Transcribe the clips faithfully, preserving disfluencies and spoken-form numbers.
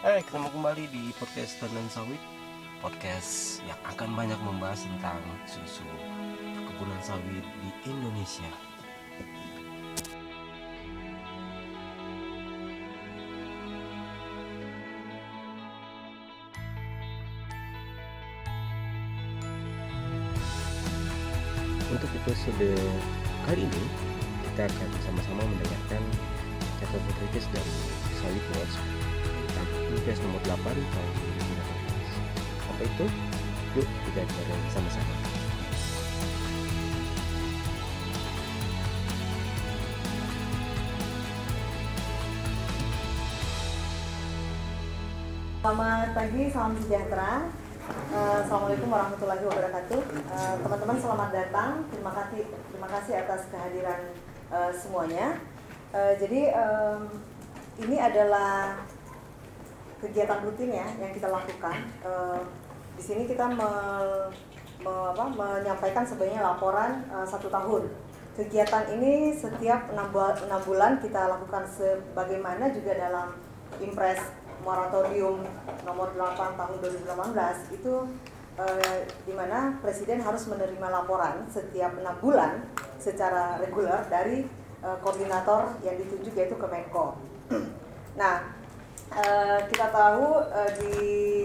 Hai, ketemu kembali di podcast Tandan Sawit. Podcast yang akan banyak membahas tentang isu-isu perkebunan sawit di Indonesia. Untuk episode kali ini, kita akan sama-sama mendengarkan catatan kritis dari Sawit Watch tentang Impres nomor delapan tahun dua ribu delapan belas. Apa itu? Yuk kita dengarkan sama-sama. Selamat pagi, salam sejahtera. Uh, Assalamualaikum warahmatullahi wabarakatuh. Uh, teman-teman selamat datang. Terima kasih, terima kasih atas kehadiran uh, semuanya. Uh, jadi um, ini adalah kegiatan rutin ya yang kita lakukan. Uh, di sini kita me, me, apa, menyampaikan sebenarnya laporan uh, satu tahun. Kegiatan ini setiap enam bulan kita lakukan, sebagaimana juga dalam Impres moratorium nomor delapan tahun dua ribu delapan belas itu eh, di mana Presiden harus menerima laporan setiap enam bulan secara reguler dari eh, koordinator yang ditunjuk, yaitu Kemenko. Nah, eh, kita tahu eh, di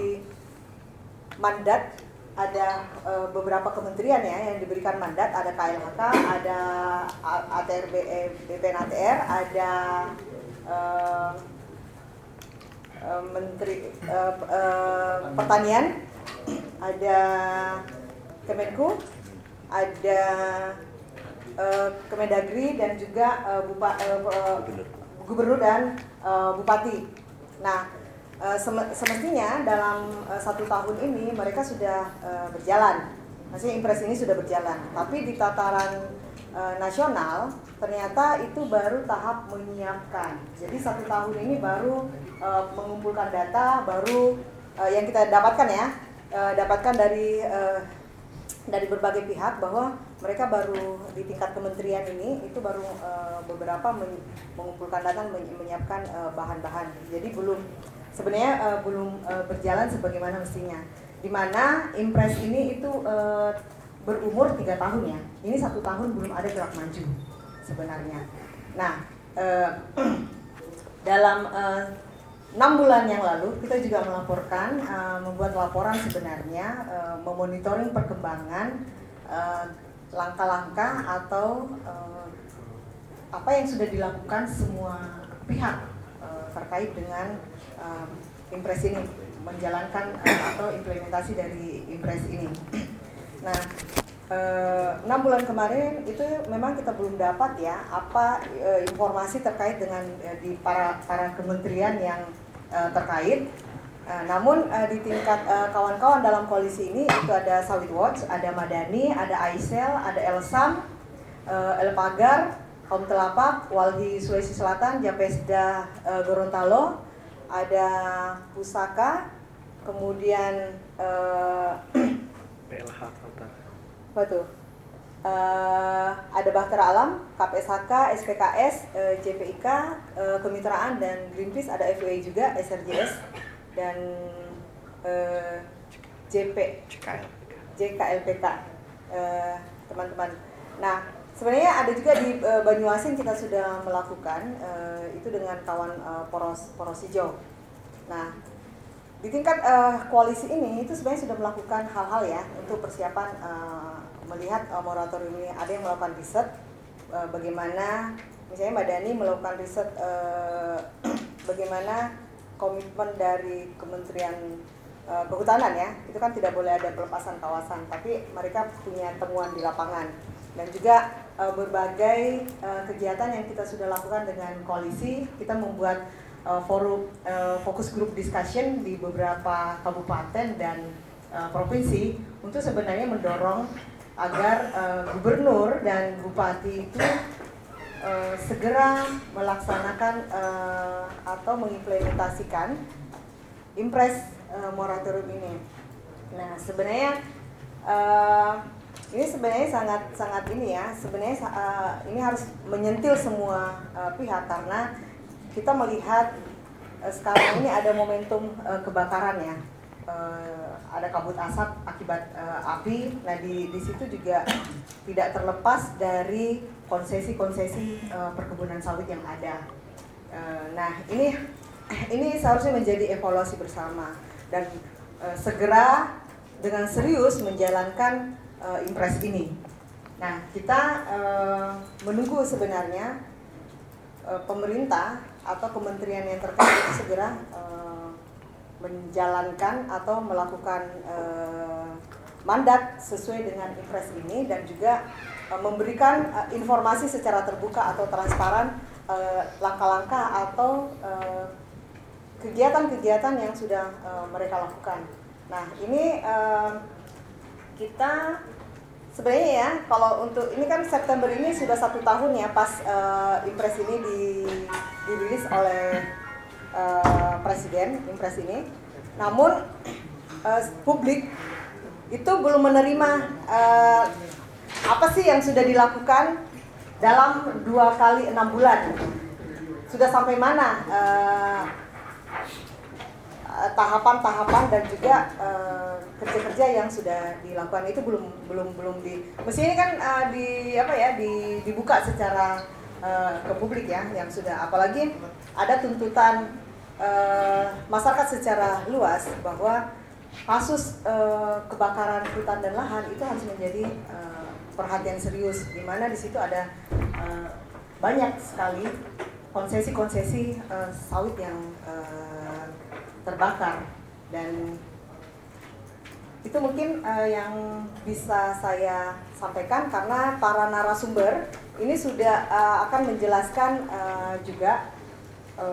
mandat ada eh, beberapa kementerian ya yang diberikan mandat, ada K L H K, ada A T R B P N A T R, ada eh, Menteri uh, uh, Pertanian, ada Kemenku, ada uh, Kemendagri, dan juga uh, Bupa, uh, uh, Gubernur dan uh, Bupati. Nah, uh, sem- semestinya dalam uh, satu tahun ini mereka sudah uh, berjalan, maksudnya Impres ini sudah berjalan. Tapi di tataran uh, nasional ternyata itu baru tahap menyiapkan. Jadi satu tahun ini baru uh, mengumpulkan data, baru uh, yang kita dapatkan ya, uh, dapatkan dari uh, dari berbagai pihak bahwa mereka baru di tingkat kementerian ini itu baru uh, beberapa men- mengumpulkan data, men- menyiapkan uh, bahan-bahan. Jadi belum sebenarnya uh, belum uh, berjalan sebagaimana mestinya. Di mana Impres ini itu uh, berumur tiga tahun ya. Ini satu tahun belum ada gerak maju sebenarnya. Nah, eh, dalam eh, enam bulan yang lalu kita juga melaporkan, eh, membuat laporan sebenarnya, eh, memonitoring perkembangan eh, langkah-langkah atau eh, apa yang sudah dilakukan semua pihak eh, terkait dengan eh, Impres ini, menjalankan eh, atau implementasi dari Impres ini. Nah, enam bulan kemarin itu memang kita belum dapat ya apa e, informasi terkait dengan e, di para para kementerian yang e, terkait. E, namun e, di tingkat e, kawan-kawan dalam koalisi ini itu ada Sawit Watch, ada Madani, ada Aisel, ada Elsam, e, Elpagar, Kaum Telapak, Walhi Sulawesi Selatan, Japesda e, Gorontalo, ada Pusaka, kemudian e, P L H Kaltara. apa tuh? Uh, ada Bahtera Alam, K P S H K, S P K S, uh, J P I K, uh, Kemitraan, dan Greenpeace, ada F W A juga, S R J S, dan uh, J P, J K L P K, uh, teman-teman. Nah, sebenarnya ada juga di uh, Banyuasin kita sudah melakukan uh, itu dengan kawan uh, poros poros hijau. Nah, di tingkat uh, koalisi ini itu sebenarnya sudah melakukan hal-hal ya untuk persiapan uh, melihat uh, moratorium ini. Ada yang melakukan riset uh, bagaimana, misalnya Mbak Dani melakukan riset uh, bagaimana komitmen dari Kementerian uh, Kehutanan ya, itu kan tidak boleh ada pelepasan kawasan, tapi mereka punya temuan di lapangan. Dan juga uh, berbagai uh, kegiatan yang kita sudah lakukan dengan koalisi, kita membuat Uh, forum uh, fokus group discussion di beberapa kabupaten dan uh, provinsi untuk sebenarnya mendorong agar uh, gubernur dan bupati itu uh, segera melaksanakan uh, atau mengimplementasikan Impres uh, moratorium ini. Nah, sebenarnya uh, ini sebenarnya sangat sangat ini ya, sebenarnya uh, ini harus menyentil semua uh, pihak, karena kita melihat uh, sekarang ini ada momentum uh, kebakaran ya, uh, ada kabut asap akibat uh, api. Nah di di situ juga tidak terlepas dari konsesi-konsesi uh, perkebunan sawit yang ada. Uh, nah ini ini seharusnya menjadi evaluasi bersama dan uh, segera dengan serius menjalankan uh, impres ini. Nah kita uh, menunggu sebenarnya uh, pemerintah atau kementerian yang terkait itu segera uh, menjalankan atau melakukan uh, mandat sesuai dengan impres ini dan juga uh, memberikan uh, informasi secara terbuka atau transparan uh, langkah-langkah atau uh, kegiatan-kegiatan yang sudah uh, mereka lakukan. Nah ini uh, kita sebenarnya ya kalau untuk ini kan September ini sudah satu tahun ya pas uh, impres ini di, dirilis oleh uh, Presiden impres ini. Namun uh, publik itu belum menerima uh, apa sih yang sudah dilakukan dalam dua kali enam bulan. Sudah sampai mana uh, tahapan-tahapan dan juga uh, kerja-kerja yang sudah dilakukan itu belum belum belum di mestinya kan uh, di apa ya di, dibuka secara uh, ke publik ya yang sudah, apalagi ada tuntutan uh, masyarakat secara luas bahwa kasus uh, kebakaran hutan dan lahan itu harus menjadi uh, perhatian serius, di mana di situ ada uh, banyak sekali konsesi-konsesi uh, sawit yang uh, terbakar, dan itu mungkin uh, yang bisa saya sampaikan karena para narasumber ini sudah uh, akan menjelaskan uh, juga uh,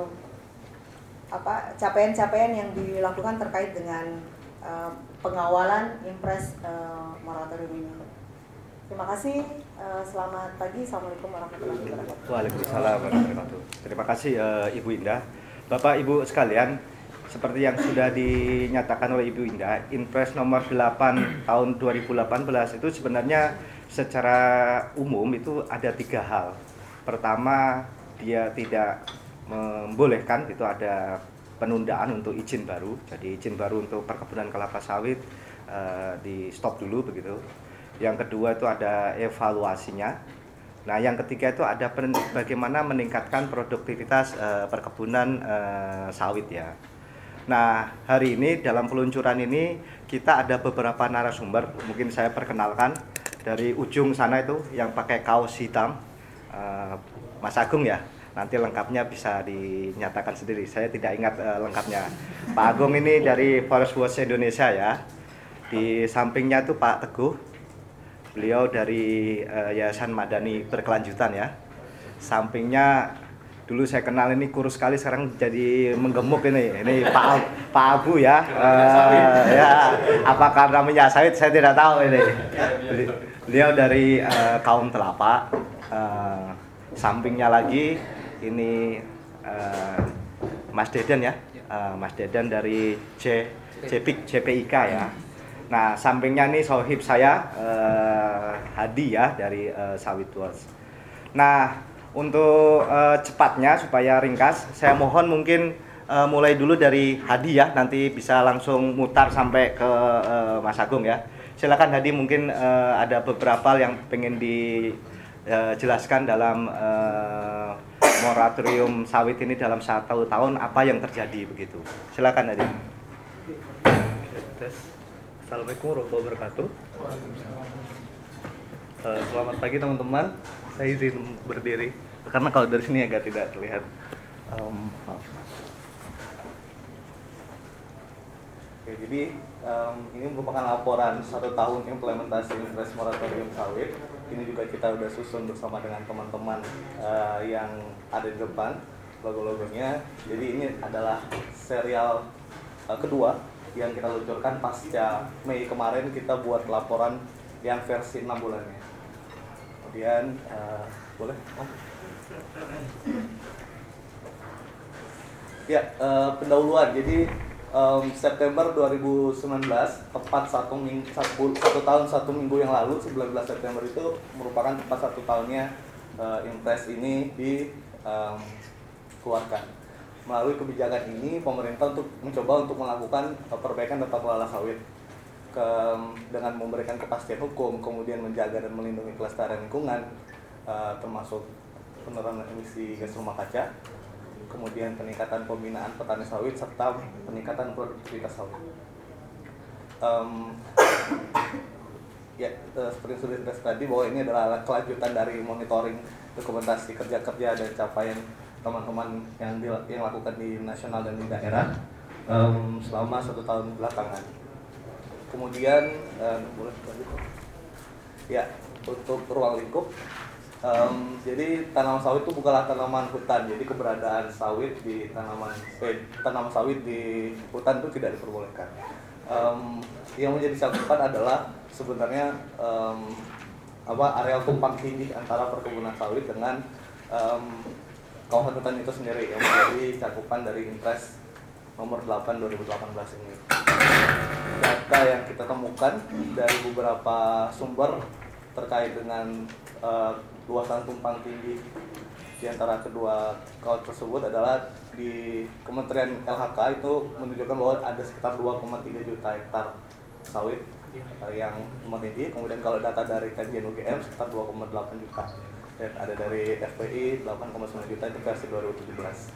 apa capaian-capaian yang dilakukan terkait dengan uh, pengawalan impres uh, moratorium ini. Terima kasih. Uh, selamat pagi. Assalamualaikum warahmatullahi wabarakatuh. Waalaikumsalam warahmatullahi wabarakatuh. Terima kasih uh, Ibu Indah. Bapak Ibu sekalian, seperti yang sudah dinyatakan oleh Ibu Indah, Impres nomor delapan tahun dua ribu delapan belas itu sebenarnya secara umum itu ada tiga hal. Pertama, dia tidak membolehkan, itu ada penundaan untuk izin baru. Jadi izin baru untuk perkebunan kelapa sawit uh, di stop dulu begitu. Yang kedua itu ada evaluasinya. Nah, yang ketiga itu ada pen- bagaimana meningkatkan produktivitas uh, perkebunan uh, sawit ya. Nah, hari ini dalam peluncuran ini kita ada beberapa narasumber. Mungkin saya perkenalkan dari ujung sana itu yang pakai kaos hitam, uh, Mas Agung ya. Nanti lengkapnya bisa dinyatakan sendiri. Saya tidak ingat uh, lengkapnya. Pak Agung ini dari Forest Watch Indonesia ya. Di sampingnya itu Pak Teguh. Beliau dari uh, Yayasan Madani Berkelanjutan ya. Sampingnya dulu saya kenal ini kurus sekali, sekarang jadi menggemuk ini. Ini Pak Pak Abu ya. Uh, ya. Apakah namanya sawit saya tidak tahu ini. Beliau dari uh, kaum Telapa. Uh, sampingnya lagi ini uh, Mas Deden ya. Uh, Mas Deden dari J JPIK J P I K ya. Nah, sampingnya nih sohib saya uh, Hadi ya dari uh, Sawit Watch. Nah, untuk uh, cepatnya supaya ringkas, saya mohon mungkin uh, mulai dulu dari Hadi ya, nanti bisa langsung mutar sampai ke uh, Mas Agung ya. Silakan Hadi, mungkin uh, ada beberapa yang pengen dijelaskan uh, dalam uh, moratorium sawit ini dalam satu tahun apa yang terjadi begitu. Silakan Hadi. Assalamualaikum warahmatullahi wabarakatuh. Uh, selamat pagi teman-teman. Saya izin berdiri karena kalau dari sini agak tidak terlihat. Um, maaf. Oke, jadi um, ini merupakan laporan satu tahun implementasi impres moratorium sawit. Ini juga kita sudah susun bersama dengan teman-teman uh, yang ada di depan logo-logonya. Jadi ini adalah serial uh, kedua yang kita luncurkan pasca Mei kemarin. Kita buat laporan yang versi enam bulannya. Kemudian uh, boleh? Oh. Ya, uh, pendahuluan. Jadi um, September dua ribu sembilan belas, tepat satu, minggu, satu, satu tahun satu minggu yang lalu, sembilan belas September itu merupakan tepat satu tahunnya uh, impres ini dikeluarkan. Um, melalui kebijakan ini pemerintah untuk mencoba untuk melakukan uh, perbaikan tata kelola sawit ke, dengan memberikan kepastian hukum, kemudian menjaga dan melindungi kelestarian lingkungan, uh, termasuk penurunan emisi gas rumah kaca, kemudian peningkatan pembinaan petani sawit serta peningkatan produktivitas sawit. Um, ya uh, seperti yang sudah dikatakan tadi bahwa ini adalah kelanjutan dari monitoring dokumentasi kerja-kerja dan capaian teman-teman yang di, yang lakukan di nasional dan di daerah um, selama satu tahun belakangan. Kemudian um, boleh lanjut? Ya, untuk ruang lingkup, um, jadi tanaman sawit itu bukanlah tanaman hutan. Jadi keberadaan sawit di tanaman eh, tanaman sawit di hutan itu tidak diperbolehkan. Um, yang menjadi cakupan adalah sebenarnya um, apa areal tumpang tindih antara perkebunan sawit dengan um, kawasan hutan itu sendiri yang menjadi cakupan dari Impres nomor delapan dua ribu delapan belas ini. Data yang kita temukan dari beberapa sumber terkait dengan uh, luasan tumpang tindih di antara kedua kawasan tersebut adalah di Kementerian L H K itu menunjukkan bahwa ada sekitar dua koma tiga juta hektar sawit uh, yang tumpang tindih. Kemudian kalau data dari kajian U G M sekitar dua koma delapan juta. Dan ada dari F P I delapan koma sembilan juta itu versi dua ribu tujuh belas.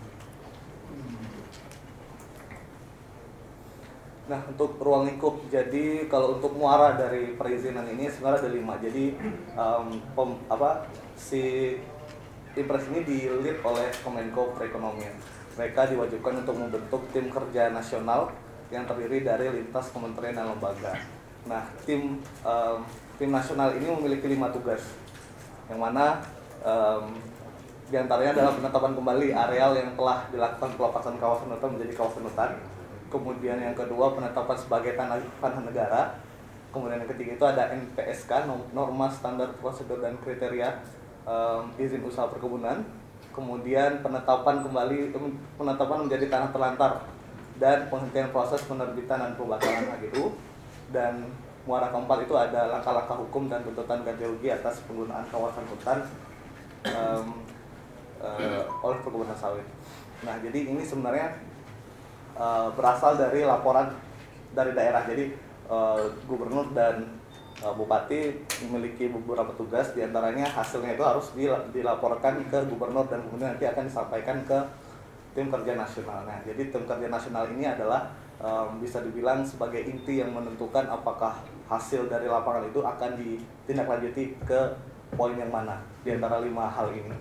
Nah, untuk ruang lingkup, jadi kalau untuk muara dari perizinan ini sebenarnya ada lima. Jadi um, pem, apa si Impres ini di-lead oleh Kemenko Perekonomian. Mereka diwajibkan untuk membentuk tim kerja nasional yang terdiri dari lintas kementerian dan lembaga. Nah, tim um, tim nasional ini memiliki lima tugas, yang mana um, diantaranya adalah penetapan kembali areal yang telah dilakukan pelepasan kawasan hutan menjadi kawasan hutan. Kemudian yang kedua penetapan sebagai tanah tanah negara. Kemudian yang ketiga itu ada N P S K, norma standar prosedur dan kriteria um, izin usaha perkebunan. Kemudian penetapan kembali penetapan menjadi tanah terlantar dan penghentian proses penerbitan dan pembatalan H G U. Dan muara keempat itu ada langkah-langkah hukum dan tuntutan ganti rugi atas penggunaan kawasan hutan um, uh, oleh perkebunan sawit. Nah, jadi ini sebenarnya uh, berasal dari laporan dari daerah. Jadi uh, gubernur dan uh, bupati memiliki beberapa tugas, diantaranya hasilnya itu harus dilaporkan ke gubernur dan kemudian nanti akan disampaikan ke tim kerja nasional. Nah, jadi tim kerja nasional ini adalah um, bisa dibilang sebagai inti yang menentukan apakah hasil dari lapangan itu akan ditindaklanjuti ke poin yang mana di antara lima hal ini.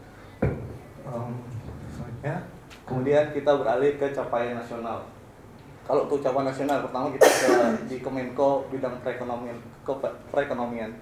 Um, selanjutnya, kemudian kita beralih ke capaian nasional. Kalau untuk capaian nasional, pertama kita ke di Kemenko bidang perekonomian, ke perekonomian.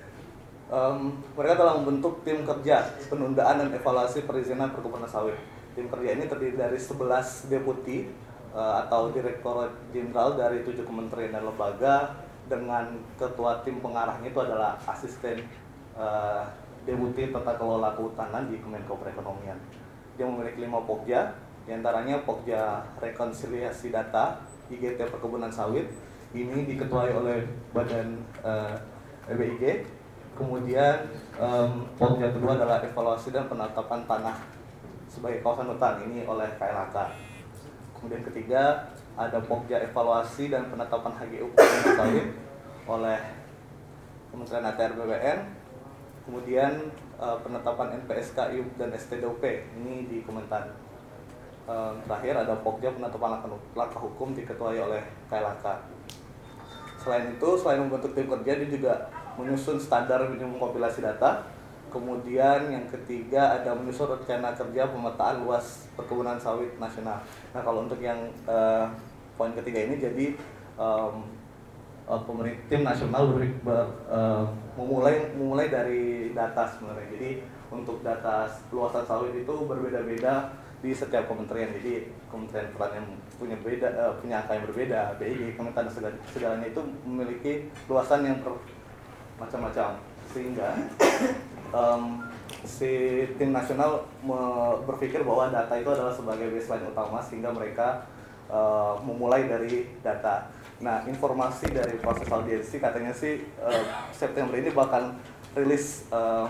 Um, mereka telah membentuk tim kerja penundaan dan evaluasi perizinan perkebunan sawit. Tim kerja ini terdiri dari sebelas deputi uh, atau direktorat jenderal dari tujuh kementerian dan lembaga, dengan ketua tim pengarahnya itu adalah asisten uh, deputi tata kelola kehutanan di Kemenko Perekonomian. Dia memiliki lima pokja, diantaranya pokja rekonsiliasi data I G T perkebunan sawit. Ini diketuai oleh Badan uh, E B I G. Kemudian um, pokja kedua adalah evaluasi dan penetapan tanah sebagai kawasan hutan, ini oleh K L H K. Kemudian ketiga ada pokja evaluasi dan penetapan H G U perkebunan sawit oleh Kementerian A T R B P N. Kemudian uh, penetapan N P S K I U dan S T D U P ini di Kementan. Uh, terakhir ada pokja penetapan langkah, langkah hukum diketuai oleh K L H K. Selain itu, selain membentuk tim kerja, dia juga menyusun standar minimum kompilasi data. Kemudian yang ketiga ada menyusun rencana kerja pemetaan luas perkebunan sawit nasional. Nah, kalau untuk yang uh, poin ketiga ini, jadi um, uh, pemerintah tim nasional ber, ber, uh, memulai memulai dari data sebenarnya. Jadi untuk data luasan sawit itu berbeda-beda di setiap kementerian. Jadi Kementerian Pertanian punya beda uh, punya angka yang berbeda. B I G, Kementan segalanya itu memiliki luasan yang macam-macam, sehingga Um, si tim nasional me- berpikir bahwa data itu adalah sebagai baseline utama, sehingga mereka uh, memulai dari data. Nah, informasi dari proses audiensi katanya sih uh, September ini bakal rilis um,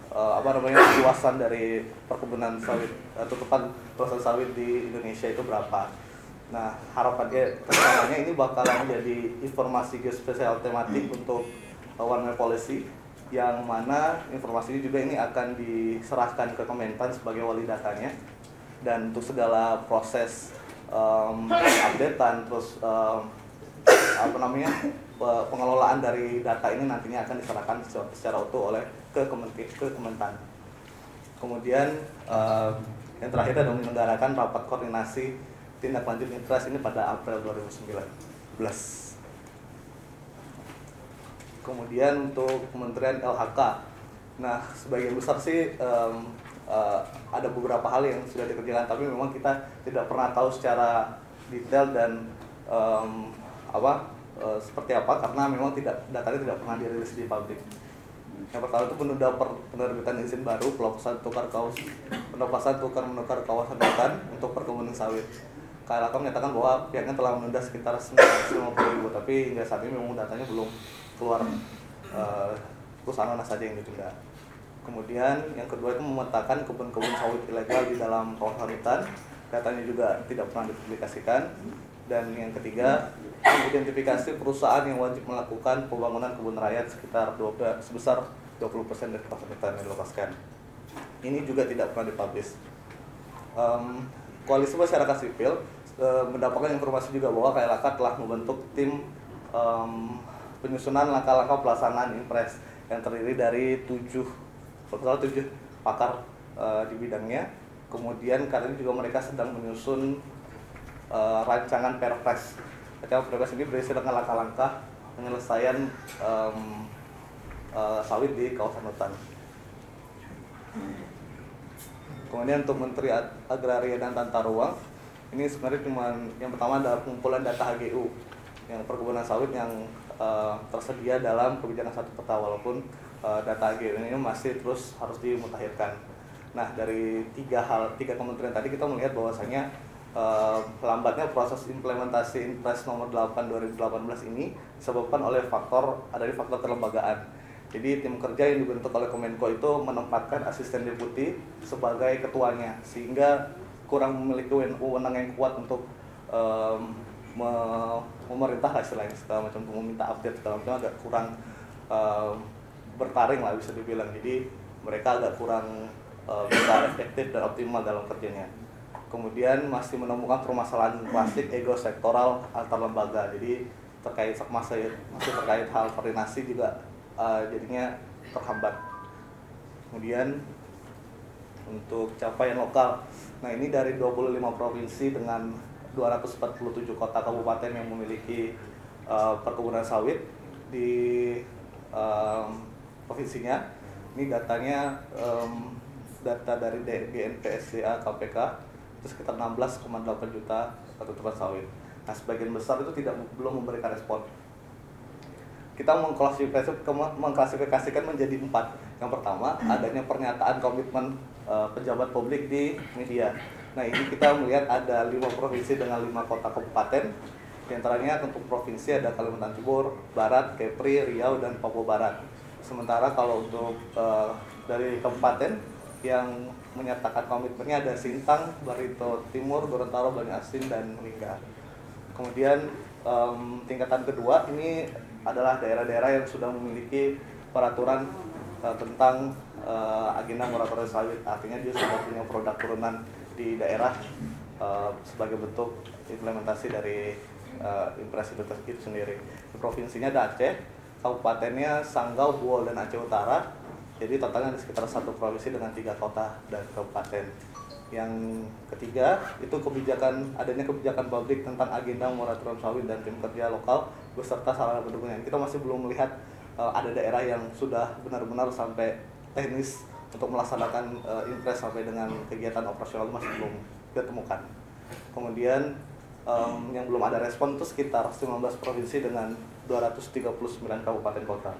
uh, apa namanya luasan dari perkebunan sawit, uh, tutupan luasan sawit di Indonesia itu berapa. Nah, harapannya kedepannya ini bakalan menjadi informasi geospasial tematik untuk uh, One Map Policy, yang mana informasi ini juga ini akan diserahkan ke Kementan sebagai wali datanya, dan untuk segala proses um, updatean terus um, apa namanya pengelolaan dari data ini nantinya akan diserahkan secara utuh oleh ke Kementan. Ke Kementan. Kemudian uh, yang terakhir adalah menyelenggarakan rapat koordinasi tindak lanjut Impres ini pada April dua ribu sembilan belas. Kemudian untuk Kementerian L H K, nah sebagian besar sih um, uh, ada beberapa hal yang sudah dikerjakan, tapi memang kita tidak pernah tahu secara detail dan um, apa uh, seperti apa, karena memang tidak datanya tidak pernah dirilis di publik. Yang pertama itu penunda penerbitan izin baru pelepasan tukar kawasan pelepasan tukar menukar kawasan hutan untuk perkebunan sawit. K L H K menyatakan bahwa pihaknya telah menunda sekitar sembilan ratus lima puluh ribu, tapi hingga saat ini memang datanya belum keluar, uh, perusahaan mana saja yang ditunda. Kemudian yang kedua itu memetakan kebun-kebun sawit ilegal di dalam kawasan hutan, datanya juga tidak pernah dipublikasikan. Dan yang ketiga, identifikasi perusahaan yang wajib melakukan pembangunan kebun rakyat sekitar dua belas, sebesar dua puluh persen dari kawasan hutan yang dilepaskan. Ini juga tidak pernah dipublish. Um, Koalisi masyarakat sipil uh, mendapatkan informasi juga bahwa K L H K telah membentuk tim um, penyusunan langkah-langkah pelaksanaan Impres yang terdiri dari tujuh, kalau tujuh pakar uh, di bidangnya. Kemudian karena juga mereka sedang menyusun uh, rancangan Perpres. Rancangan Perpres ini berisi dengan langkah-langkah penyelesaian um, uh, sawit di kawasan hutan. Kemudian untuk Menteri Agraria dan Tata Ruang, ini sebenarnya cuma yang pertama adalah pengumpulan data H G U yang perkebunan sawit yang uh, tersedia dalam kebijakan satu peta, walaupun uh, data H G U ini masih terus harus dimutakhirkan. Nah, dari tiga hal tiga kementerian tadi kita melihat bahwasanya uh, lambatnya proses implementasi Impres nomor delapan dua ribu delapan belas ini disebabkan oleh faktor ada di faktor kelembagaan. Jadi tim kerja yang dibentuk oleh Kemenko itu menempatkan asisten deputi sebagai ketuanya, sehingga kurang memiliki wewenang yang kuat untuk um, me memerintah lah istilahnya, segala macam, untuk meminta update segala macam, agak kurang um, bertaring lah bisa dibilang. Jadi mereka agak kurang uh, bisa efektif dan optimal dalam kerjanya. Kemudian masih menemukan permasalahan klasik ego sektoral antar lembaga. Jadi terkait masih masih terkait hal koordinasi juga Uh, jadinya terhambat. Kemudian untuk capaian lokal, nah ini dari dua puluh lima provinsi dengan dua ratus empat puluh tujuh kota kabupaten yang memiliki uh, perkebunan sawit di um, provinsinya. Ini datanya um, data dari G N P S D A K P K itu sekitar enam belas koma delapan juta tutupan sawit. Nah, sebagian besar itu tidak belum memberikan respon. Kita mengklasifikasi, mengklasifikasikan menjadi empat. Yang pertama, adanya pernyataan komitmen uh, pejabat publik di media. Nah, ini kita melihat ada lima provinsi dengan lima kota kabupaten. Di antaranya untuk provinsi ada Kalimantan Timur, Barat, Kepri, Riau, dan Papua Barat. Sementara kalau untuk uh, dari kabupaten yang menyatakan komitmennya ada Sintang, Barito Timur, Gorontalo, Banyu-Asin, dan Lingga. Kemudian um, tingkatan kedua ini adalah daerah-daerah yang sudah memiliki peraturan uh, tentang uh, agenda moratorium sawit, artinya dia sudah punya produk turunan di daerah uh, sebagai bentuk implementasi dari uh, Impres itu sendiri. Di provinsinya ada Aceh, kabupatennya Sanggau, Buol, dan Aceh Utara. Jadi totalnya ada sekitar satu provinsi dengan tiga kota dan kabupaten. Yang ketiga itu kebijakan adanya kebijakan publik tentang agenda moratorium sawit dan tim kerja lokal beserta sarana pendukungnya. Kita masih belum melihat uh, ada daerah yang sudah benar-benar sampai teknis untuk melaksanakan uh, Impres sampai dengan kegiatan operasional, masih belum ditemukan. Kemudian um, yang belum ada respon itu sekitar sembilan belas provinsi dengan dua ratus tiga puluh sembilan kabupaten kota.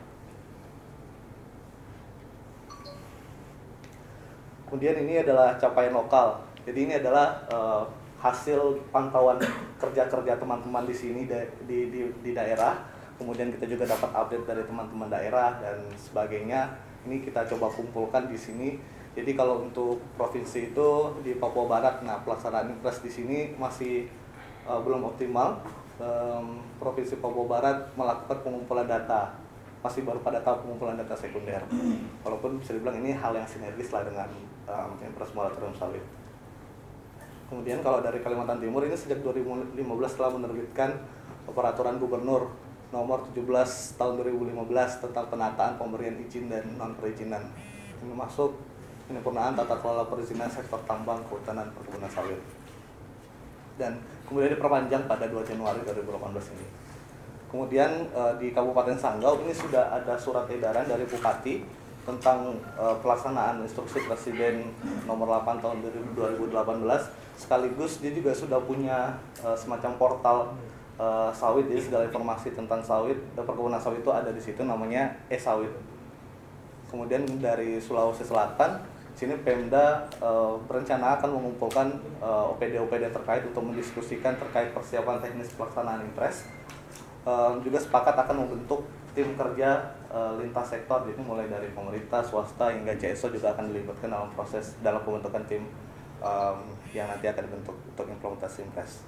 Kemudian ini adalah capaian lokal. Jadi ini adalah uh, hasil pantauan kerja-kerja teman-teman di sini di, di, di daerah. Kemudian kita juga dapat update dari teman-teman daerah dan sebagainya. Ini kita coba kumpulkan di sini. Jadi kalau untuk provinsi itu di Papua Barat, nah pelaksanaan impres di sini masih uh, belum optimal. Um, Provinsi Papua Barat melakukan pengumpulan data, masih baru pada tahap pengumpulan data sekunder. Walaupun bisa dibilang ini hal yang sinergis lah dengan um, impres moratorium sawit. Kemudian kalau dari Kalimantan Timur ini sejak dua ribu lima belas telah menerbitkan peraturan gubernur nomor tujuh belas tahun dua ribu lima belas tentang penataan pemberian izin dan non perizinan. Ini masuk penyempurnaan tata kelola perizinan sektor tambang, kehutanan, perkebunan sawit. Dan kemudian diperpanjang pada dua Januari dua ribu delapan belas ini. Kemudian eh, di Kabupaten Sanggau ini sudah ada surat edaran dari Bupati tentang eh, pelaksanaan instruksi Presiden nomor delapan tahun dua ribu delapan belas. Sekaligus dia juga sudah punya eh, semacam portal eh, sawit, jadi segala informasi tentang sawit dan perkebunan sawit itu ada di situ, namanya e-sawit. Kemudian dari Sulawesi Selatan, sini Pemda uh, berencana akan mengumpulkan uh, O P D O P D terkait untuk mendiskusikan terkait persiapan teknis pelaksanaan impres. Uh, juga sepakat akan membentuk tim kerja uh, lintas sektor, jadi mulai dari pemerintah, swasta hingga C S O juga akan dilibatkan dalam proses dalam pembentukan tim um, yang nanti akan dibentuk untuk implementasi impres.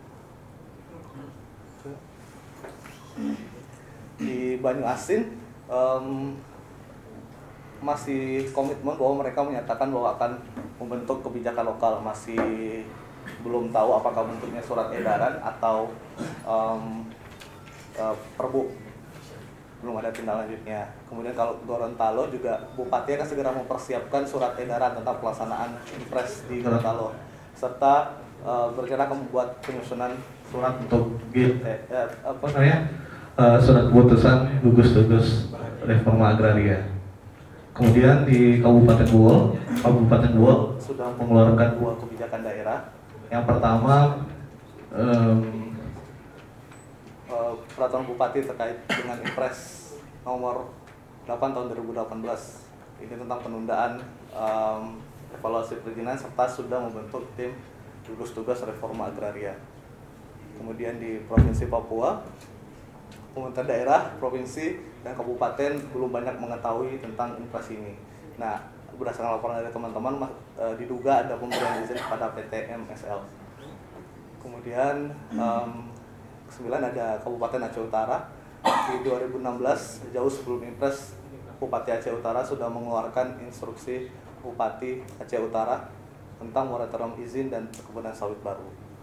Di Banyuasin um, masih komitmen bahwa mereka menyatakan bahwa akan membentuk kebijakan lokal, masih belum tahu apakah bentuknya surat edaran atau um, uh, perbu, belum ada tindak lanjutnya. Kemudian kalau Gorontalo juga Bupati akan segera mempersiapkan surat edaran tentang pelaksanaan impres di Gorontalo, serta uh, berencana akan membuat penyusunan surat untuk G T, eh, apa namanya uh, surat keputusan gugus-tugas reforma agraria. Kemudian di Kabupaten Buol, Kabupaten Buol sudah mengeluarkan dua kebijakan daerah. Yang pertama, um, uh, peraturan Bupati terkait dengan Impres nomor delapan tahun dua ribu delapan belas. Ini tentang penundaan um, evaluasi perizinan serta sudah membentuk tim gugus tugas reforma agraria. Kemudian di Provinsi Papua, pemerintah daerah, provinsi, dan kabupaten belum banyak mengetahui tentang impres ini. Nah, berdasarkan laporan dari teman-teman, e, diduga ada pemberian izin kepada P T M S L. Kemudian um, kesembilan ada Kabupaten Aceh Utara. Di dua ribu enam belas, jauh sebelum impres, Bupati Aceh Utara sudah mengeluarkan instruksi Bupati Aceh Utara tentang moratorium izin dan perkebunan sawit baru.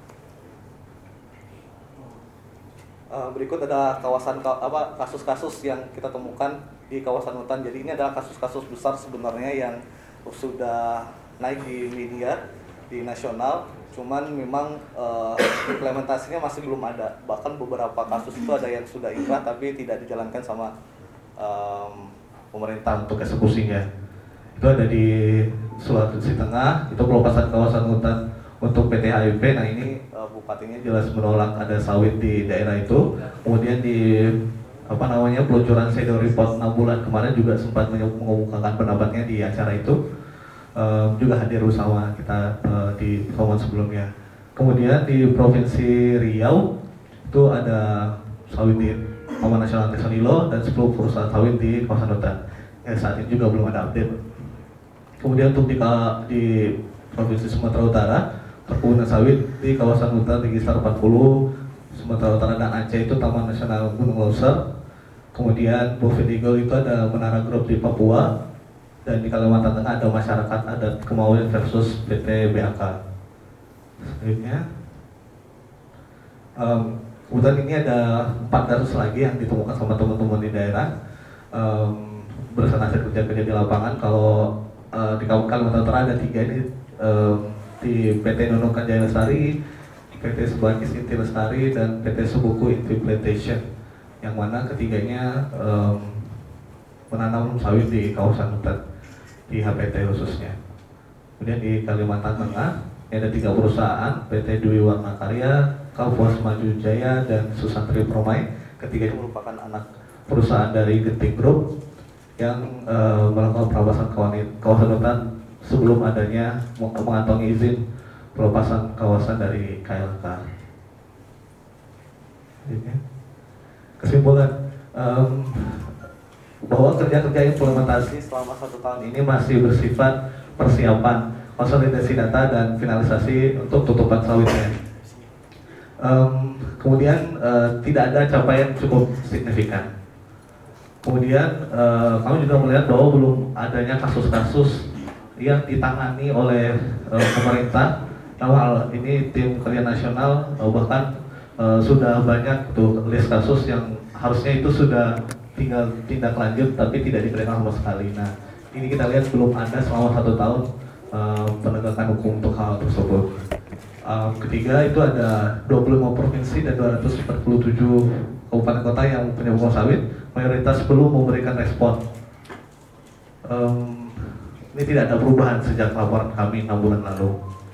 Berikut adalah kawasan apa kasus-kasus yang kita temukan di kawasan hutan. Jadi ini adalah kasus-kasus besar sebenarnya yang sudah naik di media di nasional, cuman memang uh, implementasinya masih belum ada. Bahkan beberapa kasus itu ada yang sudah inkrah tapi tidak dijalankan sama um, pemerintah untuk eksekusinya. Itu ada di Sulawesi Tengah, itu pelepasan kawasan hutan untuk P T H I P. Nah ini uh, bupatinya jelas menolak ada sawit di daerah itu. Kemudian di apa namanya peluncuran senior report enam bulan kemarin juga sempat mengemukakan pendapatnya di acara itu. Uh, juga hadir bersama kita uh, di pertemuan sebelumnya. Kemudian di Provinsi Riau itu ada sawit di Taman Nasional Tesonilo dan sepuluh perusahaan sawit di kawasan hutan. Ya, saat ini juga belum ada update. Kemudian untuk di, di Provinsi Sumatera Utara, perkebunan sawit di kawasan hutan Register empat puluh, Sumatera Utara dan Aceh itu Taman Nasional Gunung Leuser. Kemudian Bouvet Eagle itu ada Menara Group di Papua, dan di Kalimantan Tengah ada masyarakat adat Kemawen versus P T B A K. Selanjutnya, um, kemudian ini ada empat kasus lagi yang ditemukan sama teman-teman di daerah um, berdasarkan hasil kerja-kerja di lapangan. Kalau uh, di Kalimantan Utara ada tiga ini. Um, di P T Nunukan Jaya Lestari, P T Sebangkis Inti Lestari, dan P T Subuku Inti Plantation, yang mana ketiganya um, menanam sawit di kawasan hutan di H P T khususnya. Kemudian di Kalimantan Tengah ada tiga perusahaan, P T Dwi Warna Karya, Kapuas Maju Jaya, dan Susantri Permai. Ketiganya merupakan anak perusahaan dari Genting Group yang uh, melakukan perampasan kawasan hutan sebelum adanya mengantongi izin pelepasan kawasan dari K L K. Kesimpulan, um, bahwa kerja-kerja implementasi selama satu tahun ini masih bersifat persiapan, konsolidasi data dan finalisasi untuk tutupan sawitnya. Um, kemudian uh, tidak ada capaian cukup signifikan. Kemudian uh, kami juga melihat bahwa belum adanya kasus-kasus yang ditangani oleh uh, pemerintah. Dalam hal ini tim kerja nasional uh, bahkan uh, sudah banyak tuh list kasus yang harusnya itu sudah tinggal tindak lanjut tapi tidak diberikan sama sekali. Nah, ini kita lihat belum ada selama satu tahun uh, penegakan hukum untuk hal tersebut. Um, ketiga itu ada dua puluh lima provinsi dan dua ratus empat puluh tujuh kabupaten kota yang punya bunga sawit, mayoritas belum memberikan respon. Um, ini tidak ada perubahan sejak laporan kami enam bulan lalu.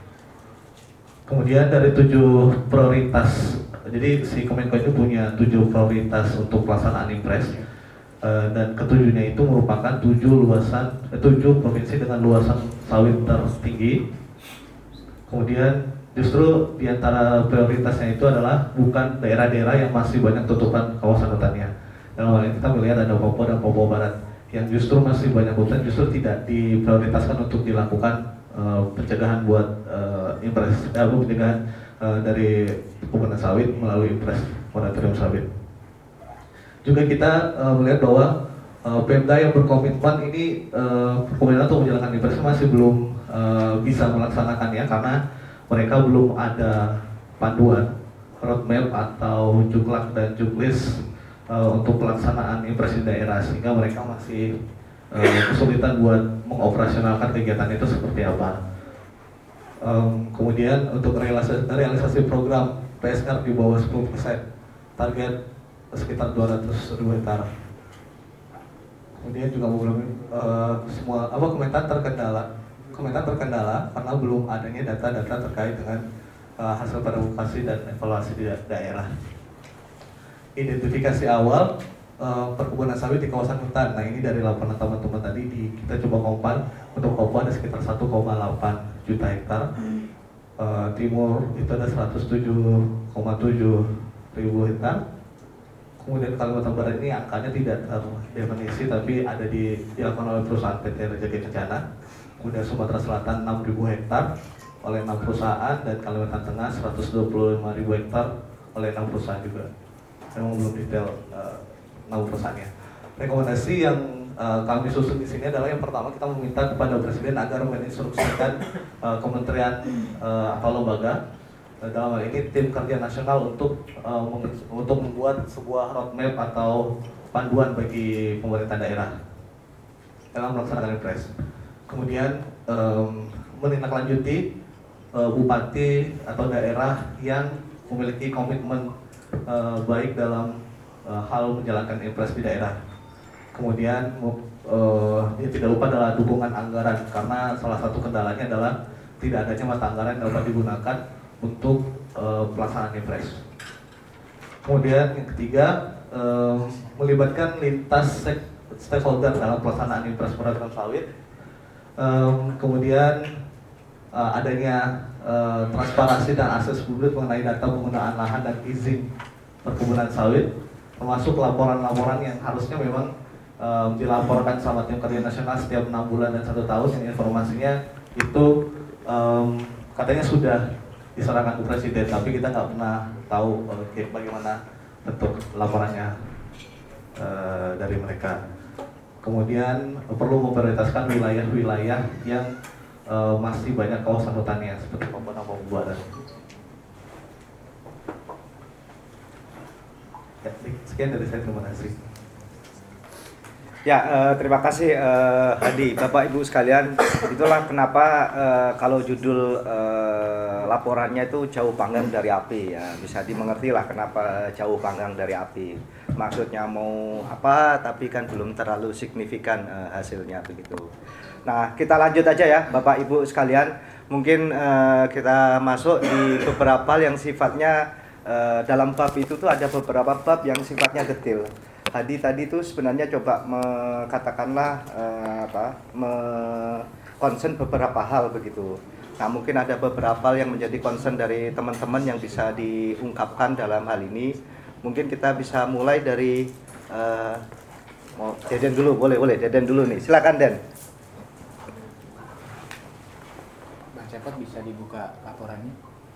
Kemudian dari tujuh prioritas, jadi si Kemenko ini punya tujuh prioritas untuk pelaksanaan Impres, uh, dan ketujuhnya itu merupakan tujuh luasan, eh, tujuh provinsi dengan luasan sawit tertinggi. Kemudian justru di antara prioritasnya itu adalah bukan daerah-daerah yang masih banyak tutupan kawasan hutannya. Dalam hal ini kita melihat ada Papua dan Papua Barat yang justru masih banyak hutan, justru tidak diprioritaskan untuk dilakukan uh, pencegahan buat uh, impres, eh, pencegahan uh, dari perkebunan sawit melalui impres moratorium sawit. Juga kita uh, melihat bahwa uh, Pemda yang berkomitmen ini uh, pemerintah untuk menjalankan impres masih belum uh, bisa melaksanakannya karena mereka belum ada panduan, roadmap atau juklak dan juklis uh, untuk pelaksanaan impres di daerah, sehingga mereka masih uh, kesulitan buat mengoperasionalkan kegiatan itu seperti apa. Um, kemudian untuk realisasi, realisasi program P S R di bawah sepuluh persen, target sekitar dua ratus ribu hektar. Kemudian juga beberapa uh, semua apa komentar terkendala. Komentar terkendala karena belum adanya data-data terkait dengan uh, hasil verifikasi dan evaluasi di da daerah. Identifikasi awal uh, perkebunan sawit di kawasan hutan. Nah, ini dari laporan teman-teman tadi di, kita coba kompan untuk Papua ada sekitar satu koma delapan juta hektar. Uh, Timur itu ada seratus tujuh koma tujuh ribu hektar. Kemudian Kalimantan Barat ini angkanya tidak terdefinisi tapi ada di dilakukan oleh perusahaan P T Rezeki Kencana. Kemudian Sumatera Selatan enam ribu hektar oleh enam perusahaan dan Kalimantan Tengah seratus dua puluh lima ribu hektar oleh enam perusahaan juga. Memang belum detail uh, enam perusahaannya. Rekomendasi yang uh, kami susun di sini adalah yang pertama kita meminta kepada Presiden agar menginstruksikan uh, kementerian uh, atau lembaga uh, dalam hal ini tim kerja nasional untuk uh, untuk membuat sebuah roadmap atau panduan bagi pemerintah daerah dalam melaksanakan Impres. Kemudian um, menindaklanjuti uh, bupati atau daerah yang memiliki komitmen uh, baik dalam uh, hal menjalankan Impres di daerah. Kemudian uh, ya tidak lupa adalah dukungan anggaran karena salah satu kendalanya adalah tidak adanya mata anggaran yang dapat digunakan untuk uh, pelaksanaan Impres. Kemudian yang ketiga um, melibatkan lintas stakeholder dalam pelaksanaan Impres moratorium sawit. Um, kemudian uh, adanya uh, transparansi dan akses publik mengenai data penggunaan lahan dan izin perkebunan sawit, termasuk laporan-laporan yang harusnya memang um, dilaporkan sama tim kerja nasional setiap enam bulan dan satu tahun, yang informasinya itu um, katanya sudah diserahkan ke Presiden, tapi kita nggak pernah tahu uh, bagaimana bentuk laporannya uh, dari mereka. Kemudian perlu memprioritaskan wilayah-wilayah yang uh, masih banyak kawasan hutannya seperti Papua dan Papua Barat. Ya, sekian dari saya, terima kasih. Ya, uh, terima kasih uh, Hadi, Bapak Ibu sekalian. Itulah kenapa uh, kalau judul uh, laporannya itu jauh panggang dari api, ya bisa dimengerti lah kenapa jauh panggang dari api. Maksudnya mau apa, tapi kan belum terlalu signifikan uh, hasilnya begitu. Nah, kita lanjut aja ya, Bapak Ibu sekalian. Mungkin uh, kita masuk di beberapa yang sifatnya uh, dalam bab itu tuh ada beberapa bab yang sifatnya detail. Hadi tadi tuh sebenarnya coba mengatakanlah uh, apa, concern beberapa hal begitu. Nah, mungkin ada beberapa hal yang menjadi concern dari teman-teman yang bisa diungkapkan dalam hal ini. Mungkin kita bisa mulai dari uh, Mau Deden dulu, boleh, boleh. Deden dulu nih. Silakan, Den. Bang Cepot bisa dibuka laporannya.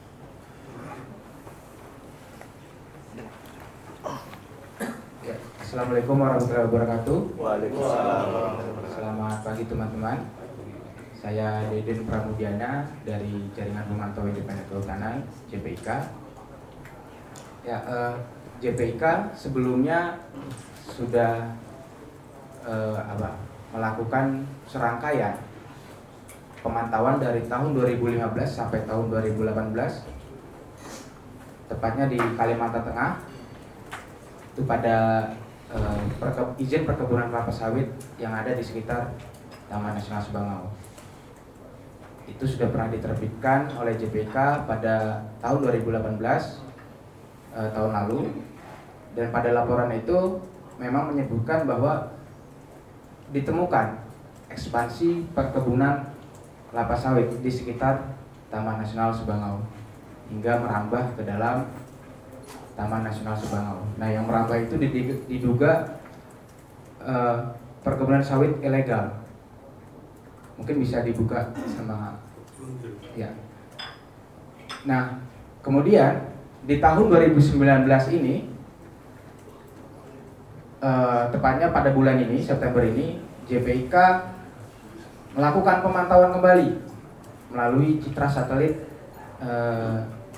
Ya, Assalamualaikum warahmatullahi wabarakatuh. Waalaikumsalam. Selamat pagi teman-teman. Saya Deden Pramudiana dari Jaringan Pemantau Independen Kehutanan J P I K. Ya, eh, J P I K sebelumnya sudah eh, apa, melakukan serangkaian pemantauan dari tahun dua ribu lima belas sampai tahun dua ribu delapan belas, tepatnya di Kalimantan Tengah, itu pada eh, perke- izin perkebunan kelapa sawit yang ada di sekitar Taman Nasional Subangau. Itu sudah pernah diterbitkan oleh J P I K pada tahun dua ribu delapan belas, eh, tahun lalu, dan pada laporan itu memang menyebutkan bahwa ditemukan ekspansi perkebunan kelapa sawit di sekitar Taman Nasional Subangau hingga merambah ke dalam Taman Nasional Subangau. Nah, yang merambah itu diduga eh, perkebunan sawit ilegal. Mungkin bisa dibuka sama ya. Nah, kemudian di tahun dua ribu sembilan belas ini, eh, tepatnya pada bulan ini, September ini, J P I K melakukan pemantauan kembali melalui citra satelit eh,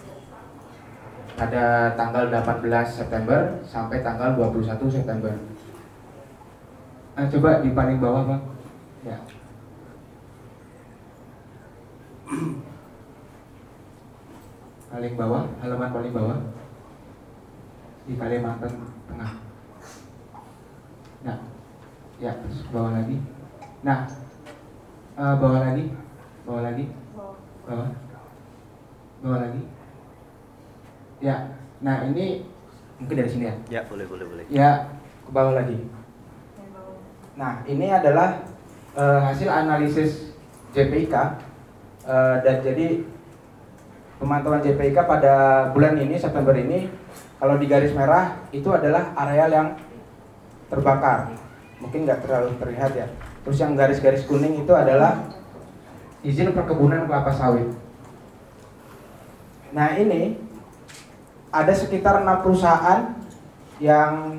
pada tanggal delapan belas September sampai tanggal dua puluh satu September. Nah, coba di paling bawah, Bang. Ya. Paling bawah, halaman paling bawah di Kalimantan Tengah. Nah, ya, terus bawah lagi. Nah, uh, bawah lagi, bawah lagi, bawah, bawah lagi. Ya, nah ini mungkin dari sini ya. Ya, boleh, boleh, boleh. Ya, ke bawah lagi. Nah, ini adalah uh, hasil analisis J P I K, uh, dan jadi pemantauan J P I K pada bulan ini, September ini, kalau di garis merah itu adalah areal yang terbakar. Mungkin nggak terlalu terlihat ya. Terus yang garis-garis kuning itu adalah izin perkebunan kelapa sawit. Nah, ini ada sekitar enam perusahaan yang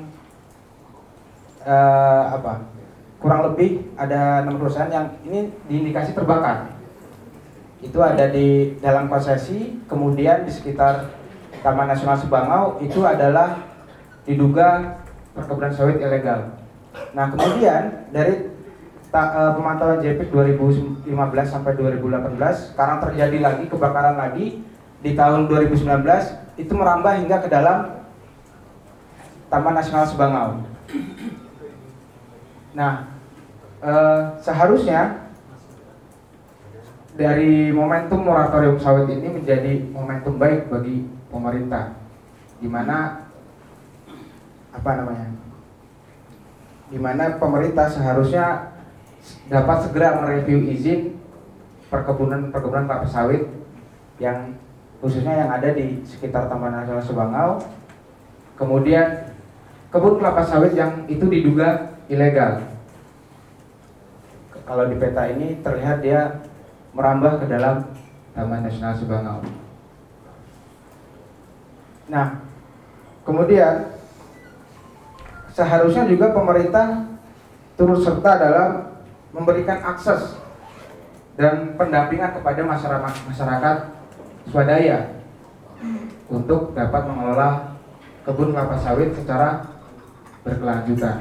eh, apa? Kurang lebih ada enam perusahaan yang ini diindikasi terbakar. Itu ada di dalam konsesi, kemudian di sekitar Taman Nasional Subangau itu adalah diduga perkebunan sawit ilegal. Nah, kemudian dari ta, e, pemantauan J P I K dua ribu lima belas sampai dua ribu delapan belas, sekarang terjadi lagi kebakaran lagi di tahun dua ribu sembilan belas, itu merambah hingga ke dalam Taman Nasional Subangau. Nah, e, seharusnya dari momentum moratorium sawit ini menjadi momentum baik bagi pemerintah, di mana apa namanya, di mana pemerintah seharusnya dapat segera mereview izin perkebunan perkebunan kelapa sawit yang khususnya yang ada di sekitar Taman Nasional Subangau, kemudian kebun kelapa sawit yang itu diduga ilegal. Kalau di peta ini terlihat dia merambah ke dalam Taman Nasional Subangau. Nah, kemudian seharusnya juga pemerintah turut serta dalam memberikan akses dan pendampingan kepada masyarakat masyarakat swadaya untuk dapat mengelola kebun kelapa sawit secara berkelanjutan.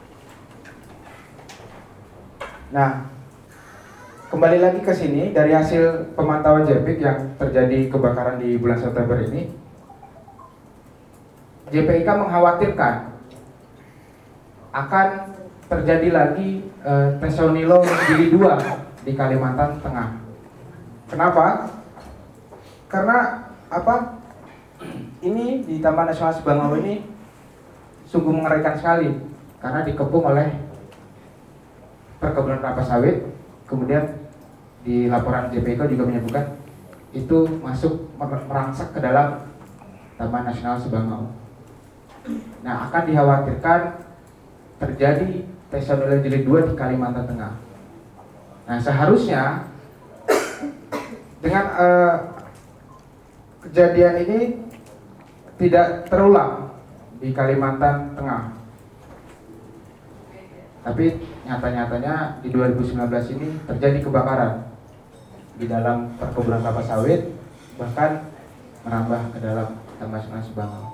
Nah, kembali lagi ke sini, dari hasil pemantauan J P I K yang terjadi kebakaran di bulan September ini, J P I K mengkhawatirkan akan terjadi lagi eh, Tesonilo jilid dua di Kalimantan Tengah. Kenapa? Karena apa? Ini di Taman Nasional Subangau ini sungguh mengerikan sekali karena dikepung oleh perkebunan kelapa sawit. Kemudian di laporan J P I K juga menyebutkan itu masuk merangsak ke dalam Taman Nasional Subangau. Nah, akan dikhawatirkan terjadi Tesonil Jilid dua di Kalimantan Tengah. Nah, seharusnya dengan uh, kejadian ini tidak terulang di Kalimantan Tengah. Tapi nyata-nyatanya di dua ribu sembilan belas ini terjadi kebakaran di dalam perkebunan kelapa sawit, bahkan merambah ke dalam Taman Sungai Sebangau.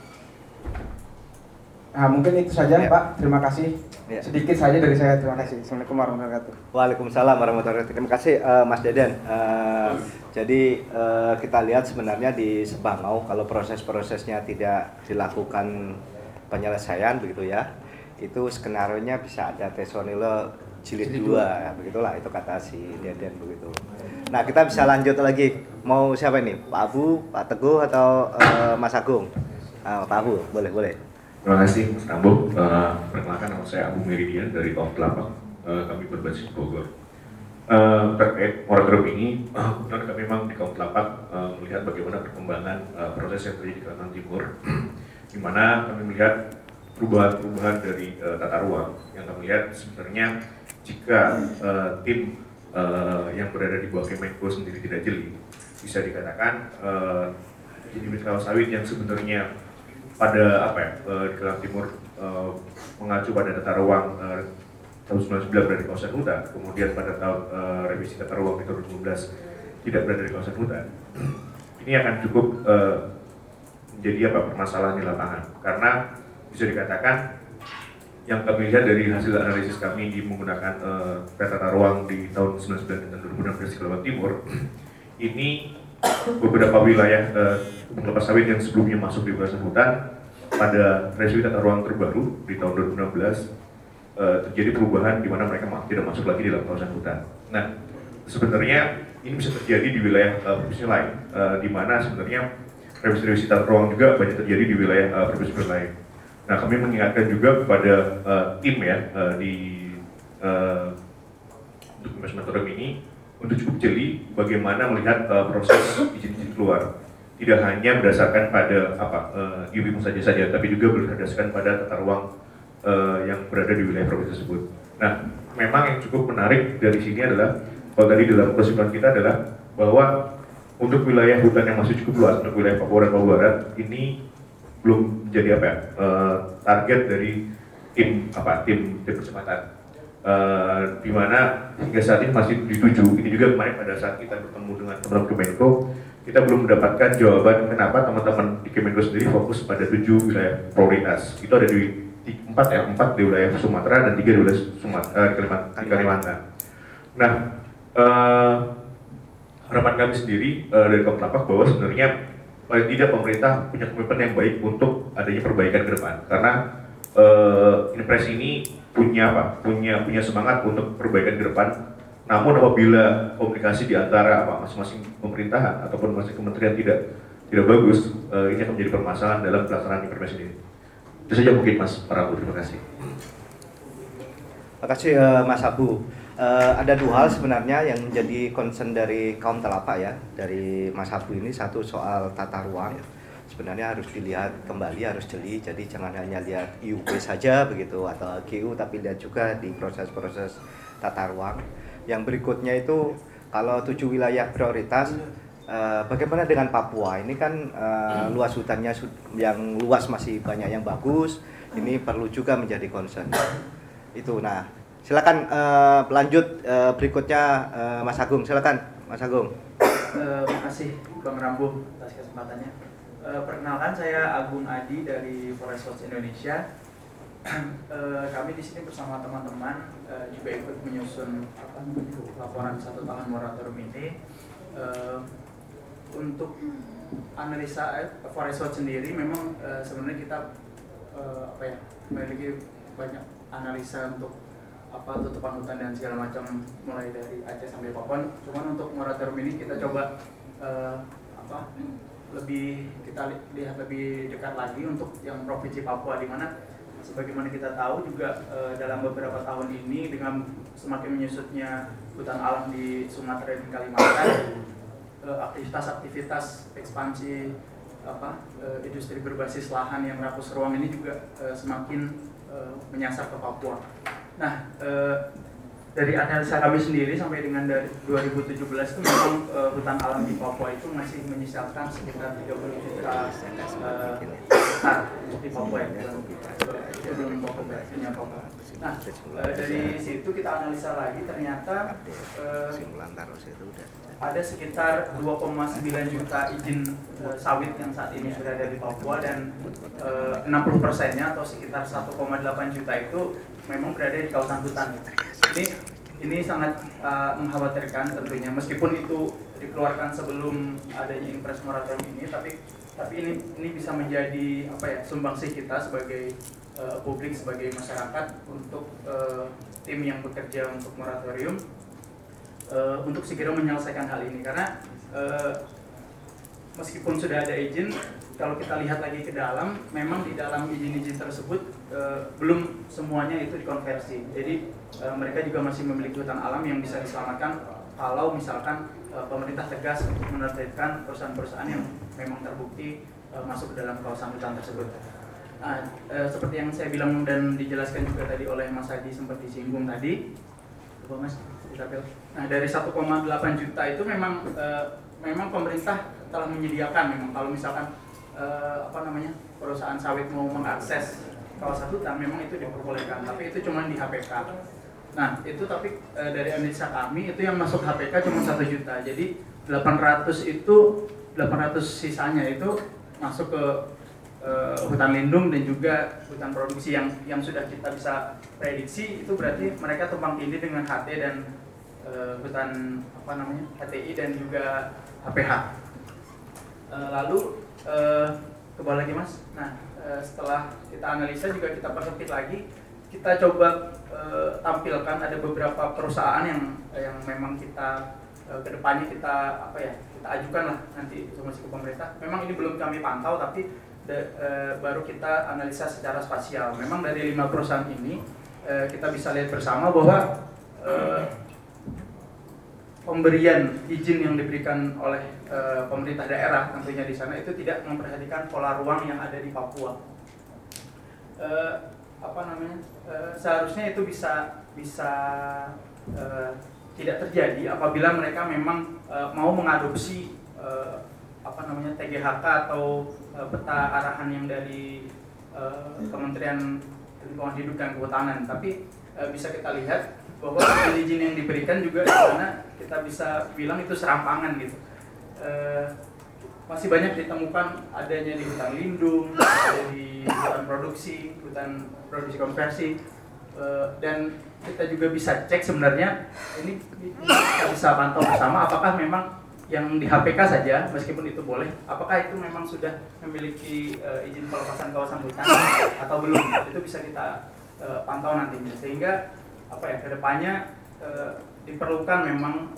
Nah, mungkin itu saja, ya. Pak. Terima kasih. Ya. Sedikit saja dari saya. Terima kasih. Assalamualaikum warahmatullahi wabarakatuh. Waalaikumsalam warahmatullahi wabarakatuh. Terima kasih, uh, Mas Deden. Uh, jadi uh, kita lihat sebenarnya di Sebangau kalau proses-prosesnya tidak dilakukan penyelesaian begitu ya, itu skenarionya bisa ada Tesonil Jilid dua, ya, begitulah itu kata si Deden begitu. Nah, kita bisa lanjut lagi. Mau siapa ini? Pak Abu, Pak Teguh atau uh, Mas Agung? Uh, Pak Abu, boleh, boleh. Terima kasih Mas Rambo. Uh, perkenalkan nama saya Abu Meridian dari Kaum Telapak. Uh, kami berbasis Bogor. Uh, terkait moratorium ini, uh, kami memang di Kaum Telapak uh, melihat bagaimana perkembangan uh, proses yang terjadi di Kalimantan Timur, di mana kami melihat perubahan-perubahan dari uh, tata ruang yang kami lihat sebenarnya jika uh, tim uh, yang berada di bawah Kemenko sendiri tidak jeli, bisa dikatakan uh, unit kelapa sawit yang sebenarnya pada apa ya uh, di Kalimantan Timur uh, mengacu pada tata ruang uh, tahun sembilan puluh sembilan berada di kawasan hutan, kemudian pada tahun uh, revisi tata ruang di tahun dua ribu lima belas tidak berada di kawasan hutan. Ini akan cukup uh, menjadi apa permasalahan di lapangan, karena bisa dikatakan yang kami lihat dari hasil analisis kami di menggunakan uh, peta tata ruang di tahun sembilan puluh sembilan dan dua ribu enam belas di Kalimantan Timur, ini beberapa wilayah uh, kelapa sawit yang sebelumnya masuk di kawasan hutan pada revisi tata ruang terbaru di tahun dua ribu enam belas uh, terjadi perubahan di mana mereka tidak masuk lagi di dalam kawasan hutan. Nah, sebenarnya ini bisa terjadi di wilayah uh, provinsi lain, uh, di mana sebenarnya revisi-revisi tata ruang juga banyak terjadi di wilayah uh, provinsi lain. Nah, kami mengingatkan juga kepada uh, tim ya uh, di uh, untuk moratorium ini untuk cukup jeli bagaimana melihat uh, proses izin-izin keluar, tidak hanya berdasarkan pada apa uh, I U I M saja saja, tapi juga berdasarkan pada tata ruang uh, yang berada di wilayah provinsi tersebut. Nah, memang yang cukup menarik dari sini adalah kalau tadi dalam kesimpulan kita adalah bahwa untuk wilayah hutan yang masih cukup luas, untuk wilayah Papua dan Papua Barat ini belum menjadi apa ya uh, target dari tim apa tim tim percepatan uh, di mana hingga saat ini masih dituju. Ini juga kemarin pada saat kita bertemu dengan teman-teman Kemenko, kita belum mendapatkan jawaban kenapa teman-teman di Kemenko sendiri fokus pada tujuh wilayah prioritas. Itu ada di, di empat ya empat di wilayah Sumatera dan tiga di wilayah Sumatera uh, Kalimantan, Kalimantan. Nah, uh, harapan kami sendiri uh, dari Kaum Telapak bahwa sebenarnya paling tidak pemerintah punya komitmen yang baik untuk adanya perbaikan ke depan, karena uh, Inpres ini punya apa? Punya punya semangat untuk perbaikan ke depan. Namun apabila komunikasi di antara apa masing-masing pemerintahan ataupun masing kementerian tidak tidak bagus, uh, ini akan menjadi permasalahan dalam pelaksanaan Inpres ini. Itu saja mungkin Mas Prabu. Terima kasih. Terima kasih uh, Mas Abu. Uh, ada dua hal sebenarnya yang menjadi concern dari Kaum Telapak ya, dari Mas Abu ini. Satu soal tata ruang, sebenarnya harus dilihat kembali, harus jeli, jadi jangan hanya lihat I U P saja begitu atau G U, tapi lihat juga di proses-proses tata ruang. Yang berikutnya itu kalau tujuh wilayah prioritas, uh, bagaimana dengan Papua? Ini kan uh, luas hutannya yang luas masih banyak yang bagus, ini perlu juga menjadi concern. Itu nah. Silakan uh, lanjut uh, berikutnya uh, Mas Agung, silakan Mas Agung. Uh, Terima kasih Bang Rambo atas kesempatannya. Uh, perkenalkan saya Agung Adi dari Forest Watch Indonesia. uh, kami di sini bersama teman-teman uh, juga ikut menyusun apa, laporan satu tahun moratorium ini. Uh, untuk analisa eh, Forest Watch sendiri memang uh, sebenarnya kita uh, apa ya memiliki banyak analisa untuk apa tutupan hutan dan segala macam mulai dari Aceh sampai Papua. Cuman untuk moratorium ini kita coba uh, apa lebih kita li- lihat lebih dekat lagi untuk yang provinsi Papua, di mana sebagaimana kita tahu juga uh, dalam beberapa tahun ini dengan semakin menyusutnya hutan alam di Sumatera dan Kalimantan, uh, aktivitas-aktivitas ekspansi apa uh, industri berbasis lahan yang menghapus ruang ini juga uh, semakin uh, menyasar ke Papua. Nah, eh, dari analisa kami sendiri sampai dengan dari dua ribu tujuh belas itu memang uh, hutan alam di Papua itu masih menyisakan sekitar tiga puluh juta uh, hektar di Papua ya, itu belum populasinya Papua. Nah, uh, dari situ kita analisa lagi ternyata uh, ada sekitar dua koma sembilan juta izin uh, sawit yang saat ini sudah ada di Papua dan uh, enam puluh persennya atau sekitar satu koma delapan juta itu memang berada di kawasan hutan. Ini ini sangat uh, mengkhawatirkan tentunya, meskipun itu dikeluarkan sebelum adanya impres moratorium ini, tapi tapi ini ini bisa menjadi apa ya sumbangsih kita sebagai uh, publik, sebagai masyarakat untuk uh, tim yang bekerja untuk moratorium uh, untuk segera menyelesaikan hal ini, karena uh, meskipun sudah ada izin, kalau kita lihat lagi ke dalam, memang di dalam izin-izin tersebut uh, belum semuanya itu dikonversi. Jadi uh, mereka juga masih memiliki hutan alam yang bisa diselamatkan kalau misalkan uh, pemerintah tegas untuk menertibkan perusahaan-perusahaan yang memang terbukti uh, masuk ke dalam kawasan hutan tersebut. Nah, uh, seperti yang saya bilang dan dijelaskan juga tadi oleh Mas Hadi sempat disinggung tadi, coba Mas, nah dari satu koma delapan juta itu memang uh, memang pemerintah telah menyediakan, memang kalau misalkan Uh, apa namanya perusahaan sawit mau mengakses kawasan hutan memang itu diperbolehkan, tapi itu cuma di H P K. Nah itu tapi uh, dari analisa kami itu yang masuk H P K cuma satu juta, jadi delapan ratus itu delapan ratus sisanya itu masuk ke uh, hutan lindung dan juga hutan produksi yang yang sudah kita bisa prediksi, itu berarti mereka tumpang tindih dengan H T dan uh, hutan apa namanya H T I dan juga H P H. Uh, lalu Uh, ke bawah lagi Mas. Nah uh, setelah kita analisa juga kita persempit lagi, kita coba uh, tampilkan ada beberapa perusahaan yang yang memang kita uh, kedepannya kita apa ya kita ajukan lah nanti informasi ke pemerintah. Memang ini belum kami pantau tapi de, uh, baru kita analisa secara spasial. Memang dari lima perusahaan ini uh, kita bisa lihat bersama bahwa uh, pemberian izin yang diberikan oleh e, pemerintah daerah tentunya di sana itu tidak memperhatikan pola ruang yang ada di Papua. E, apa namanya? E, seharusnya itu bisa bisa e, tidak terjadi apabila mereka memang e, mau mengadopsi e, apa namanya T G H K atau e, peta arahan yang dari e, Kementerian Lingkungan Hidup dan Kehutanan. Tapi e, bisa kita lihat bahwa izin yang diberikan juga di sana kita bisa bilang itu serampangan gitu. E, masih banyak ditemukan adanya di hutan lindung, ada di hutan produksi, hutan produksi konversi, e, dan kita juga bisa cek sebenarnya ini kita bisa pantau bersama apakah memang yang di H P K saja meskipun itu boleh, apakah itu memang sudah memiliki e, izin pelepasan kawasan hutan atau belum, itu bisa kita e, pantau nantinya sehingga apa ya kedepannya e, diperlukan memang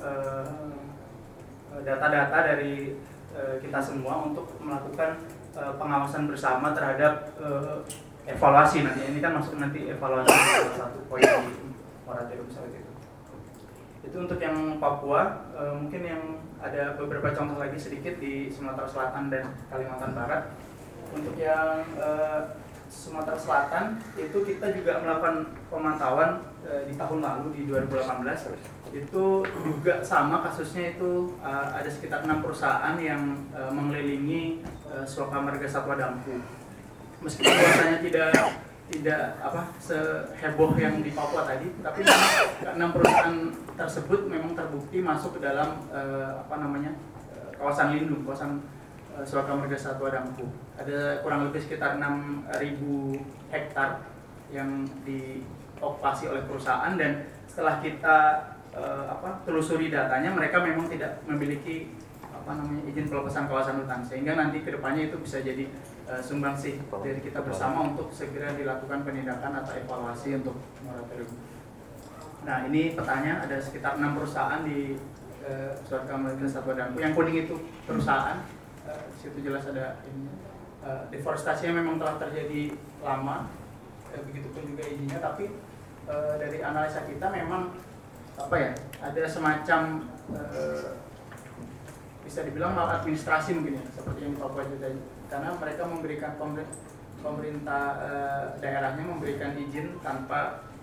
data-data e, dari e, kita semua untuk melakukan e, pengawasan bersama terhadap e, evaluasi nanti. Ini kan masuk nanti evaluasi salah satu poin di moratorium sawit itu. Itu untuk yang Papua. E, mungkin yang ada beberapa contoh lagi sedikit di Sumatera Selatan dan Kalimantan Barat. Untuk yang e, Sumatera Selatan itu kita juga melakukan pemantauan e, di tahun lalu di dua ribu delapan belas itu juga sama kasusnya itu e, ada sekitar enam perusahaan yang e, mengelilingi e, Suaka Marga Satwa Dampu. Meskipun biasanya tidak tidak apa seheboh yang di Papua tadi, tapi enam perusahaan tersebut memang terbukti masuk ke dalam e, apa namanya e, kawasan lindung, kawasan Suaka Marga Satwa Dampu. Ada kurang lebih sekitar enam ribu hektar yang diokupasi oleh perusahaan dan setelah kita eh, apa, telusuri datanya mereka memang tidak memiliki apa namanya izin pelepasan kawasan hutan sehingga nanti kedepannya itu bisa jadi eh, sumbangsih dari kita bersama untuk segera dilakukan penindakan atau evaluasi untuk moratorium. Nah ini petanya ada sekitar enam perusahaan di eh, Suaka Marga Satwa Dampu. Yang kuning itu perusahaan. Uh, di situ jelas ada ini, uh, deforestasinya memang telah terjadi lama, uh, begitupun juga izinnya, tapi uh, dari analisa kita memang apa ya ada semacam uh, bisa dibilang maladministrasi mungkin ya seperti yang di Papua juga, karena mereka memberikan pemerintah, pemerintah uh, daerahnya memberikan izin tanpa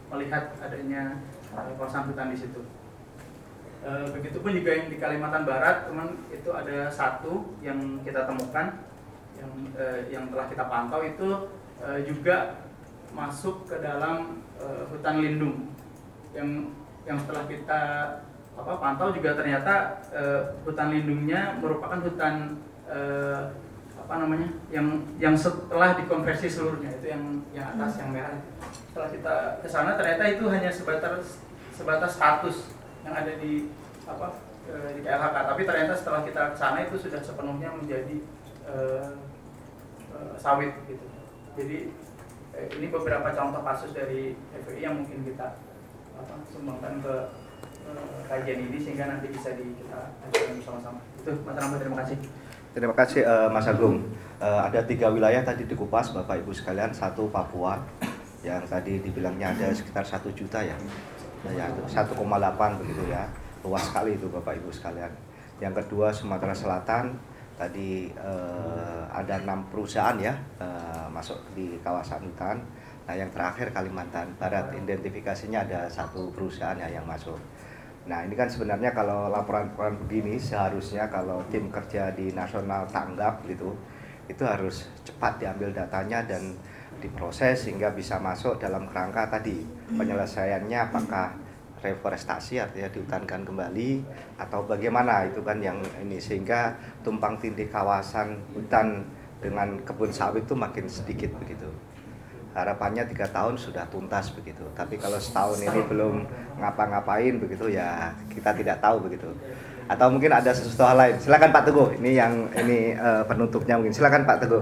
melihat adanya uh, kawasan hutan di situ. Uh, begitupun juga yang di Kalimantan Barat, teman, itu ada satu yang kita temukan, yang uh, yang telah kita pantau itu uh, juga masuk ke dalam uh, hutan lindung, yang yang setelah kita apa pantau juga ternyata uh, hutan lindungnya merupakan hutan uh, apa namanya yang yang setelah dikonversi seluruhnya, itu yang yang atas yang merah. Setelah kita ke sana ternyata itu hanya sebatas sebatas status yang ada di apa e, di K L H K, tapi ternyata setelah kita ke sana itu sudah sepenuhnya menjadi e, e, sawit gitu. Jadi e, ini beberapa contoh kasus dari F P I yang mungkin kita apa, sumbangkan ke e, kajian ini sehingga nanti bisa di, kita ajukan bersama-sama. Itu Mas Rambo, terima kasih. Terima kasih uh, Mas Agung. Uh, ada tiga wilayah tadi dikupas Bapak Ibu sekalian. Satu Papua yang tadi dibilangnya ada sekitar satu juta ya, ya satu koma delapan begitu ya, luas sekali itu Bapak Ibu sekalian. Yang kedua Sumatera Selatan tadi uh, ada enam perusahaan ya uh, masuk di kawasan hutan. Nah yang terakhir Kalimantan Barat, identifikasinya ada satu perusahaan ya yang masuk. Nah ini kan sebenarnya kalau laporan-laporan begini seharusnya kalau tim kerja di nasional tanggap gitu, itu harus cepat diambil datanya dan diproses sehingga bisa masuk dalam kerangka tadi penyelesaiannya, apakah reforestasi artinya dihutankan kembali atau bagaimana, itu kan yang ini, sehingga tumpang tindih kawasan hutan dengan kebun sawit itu makin sedikit begitu. Harapannya tiga tahun sudah tuntas begitu, tapi kalau setahun ini belum ngapa-ngapain begitu ya kita tidak tahu begitu. Atau mungkin ada sesuatu hal lain. Silakan Pak Teguh, ini yang ini uh, penutupnya mungkin. Silakan Pak Teguh.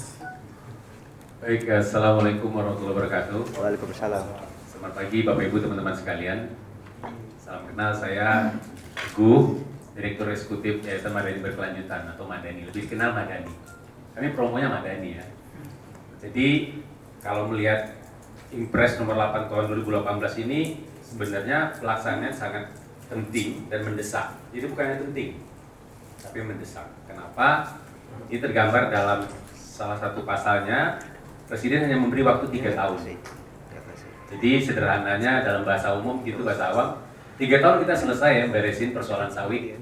Baik, assalamualaikum warahmatullahi wabarakatuh. Waalaikumsalam. Selamat pagi Bapak Ibu teman-teman sekalian. Salam kenal, saya Teguh, Direktur Eksekutif Yayasan Madani Berkelanjutan atau Madani, lebih dikenal Madani. Kami promonya Madani ya. Jadi kalau melihat Impres nomor delapan tahun dua ribu delapan belas ini sebenarnya pelaksanaannya sangat penting dan mendesak. Jadi bukannya penting, tapi mendesak. Kenapa? Ini tergambar dalam salah satu pasalnya, Presiden hanya memberi waktu tiga tahun. Jadi sederhananya dalam bahasa umum gitu, bahasa awam, tiga tahun kita selesai ya beresin persoalan sawit.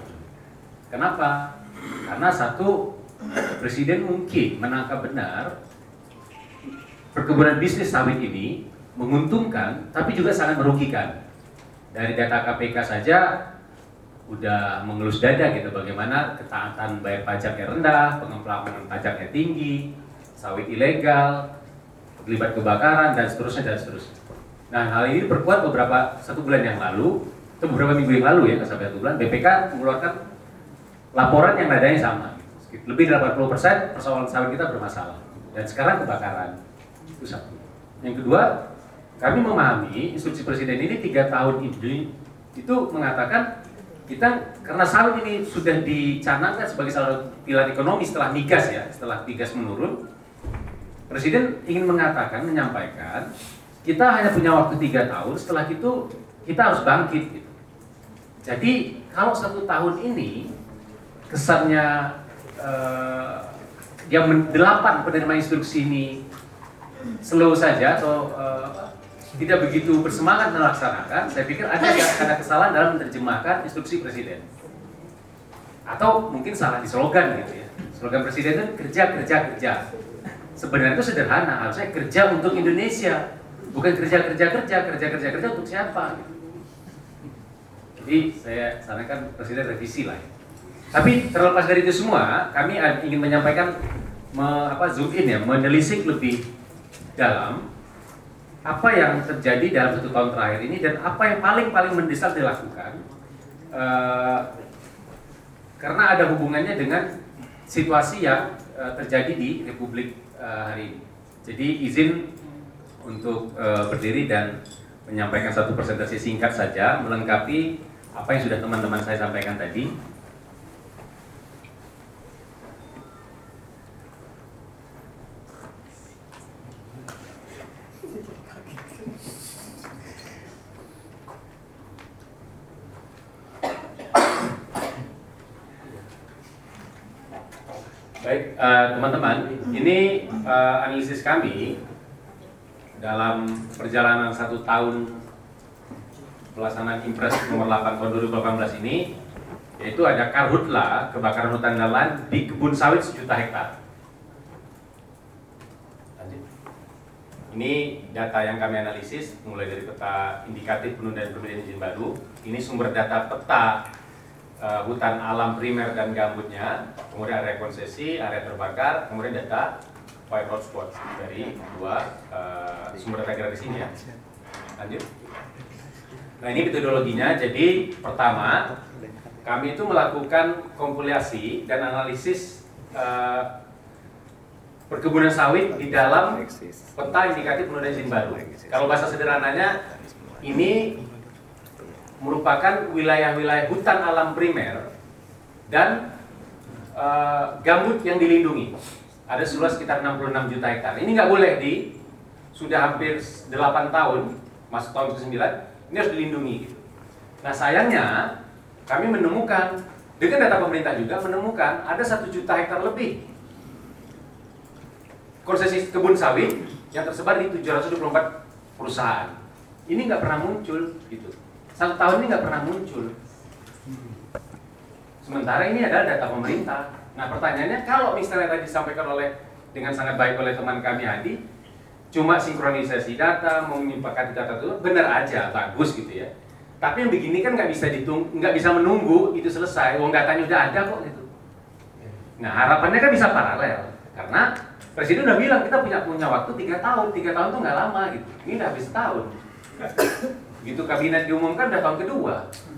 Kenapa? Karena satu, Presiden mungkin menangkap benar perkebunan bisnis sawit ini menguntungkan, tapi juga sangat merugikan. Dari data K P K saja udah mengelus dada gitu, bagaimana ketaatan bayar pajaknya rendah, pengemplaman pajaknya tinggi, sawit ilegal, terlibat kebakaran dan seterusnya dan seterusnya. Nah hal ini diperkuat beberapa satu bulan yang lalu, atau beberapa minggu yang lalu ya, nggak sampai satu bulan, B P K mengeluarkan laporan yang nadanya sama. Lebih dari delapan puluh persen persoalan sawit kita bermasalah dan sekarang kebakaran. Itu satu. Yang kedua, kami memahami instruksi Presiden ini tiga tahun ini itu mengatakan kita karena sawit ini sudah dicanangkan sebagai salah satu pilar ekonomi setelah migas ya, setelah migas menurun, Presiden ingin mengatakan, menyampaikan kita hanya punya waktu tiga tahun, setelah itu kita harus bangkit gitu. Jadi kalau satu tahun ini kesannya eh, yang delapan penerima instruksi ini slow saja atau uh, tidak begitu bersemangat melaksanakan, saya pikir ada ada kesalahan dalam menerjemahkan instruksi Presiden. Atau mungkin salah di slogan gitu ya. Slogan Presiden itu kerja kerja kerja. Sebenarnya itu sederhana, harusnya kerja untuk Indonesia, bukan kerja kerja kerja kerja kerja kerja untuk siapa. Jadi saya sarankan Presiden revisi lah. Tapi terlepas dari itu semua, kami ingin menyampaikan me, apa zoom in ya, menelisik lebih dalam apa yang terjadi dalam satu tahun terakhir ini dan apa yang paling-paling mendesak dilakukan e, karena ada hubungannya dengan situasi yang e, terjadi di Republik e, hari ini. Jadi izin untuk e, berdiri dan menyampaikan satu presentasi singkat saja melengkapi apa yang sudah teman-teman saya sampaikan tadi. Baik, teman-teman, uh, ini uh, analisis kami dalam perjalanan satu tahun pelaksanaan Impres nomor delapan tahun dua ribu delapan belas ini, yaitu ada karhutla, kebakaran hutan dan lahan di kebun sawit sejuta hektar. Lanjut. Ini data yang kami analisis mulai dari peta indikatif penundaan pemberian izin baru. Ini sumber data peta uh, hutan alam primer dan gambutnya, kemudian area konsesi, area terbakar, kemudian data fire hotspot dari dua uh, sumber data gratis ini ya. Lanjut. Nah ini metodologinya. Jadi pertama kami itu melakukan kompilasi dan analisis uh, perkebunan sawit di dalam peta indikatif penundaan izin baru. Kalau bahasa sederhananya ini merupakan wilayah-wilayah hutan alam primer dan uh, gambut yang dilindungi. Ada seluas sekitar enam puluh enam juta hektar. Ini nggak boleh di, sudah hampir delapan tahun, masuk tahun ke sembilan, ini harus dilindungi. Gitu. Nah sayangnya, kami menemukan, dengan data pemerintah juga menemukan ada satu juta hektar lebih konsesi kebun sawit yang tersebar di tujuh ratus dua puluh empat perusahaan. Ini nggak pernah muncul, gitu. Satu tahun ini nggak pernah muncul. Sementara ini adalah data pemerintah. Nah pertanyaannya, kalau misalnya tadi disampaikan oleh dengan sangat baik oleh teman kami Hadi, cuma sinkronisasi data, menyepakati data itu benar aja, bagus gitu ya. Tapi yang begini kan nggak bisa ditung, nggak bisa menunggu itu selesai. Wong datanya udah ada kok gitu. Nah harapannya kan bisa paralel, karena Presiden udah bilang kita punya punya waktu tiga tahun, tiga tahun tuh nggak lama gitu. Ini udah habis setahun. Gitu kabinet diumumkan udah tahun kedua.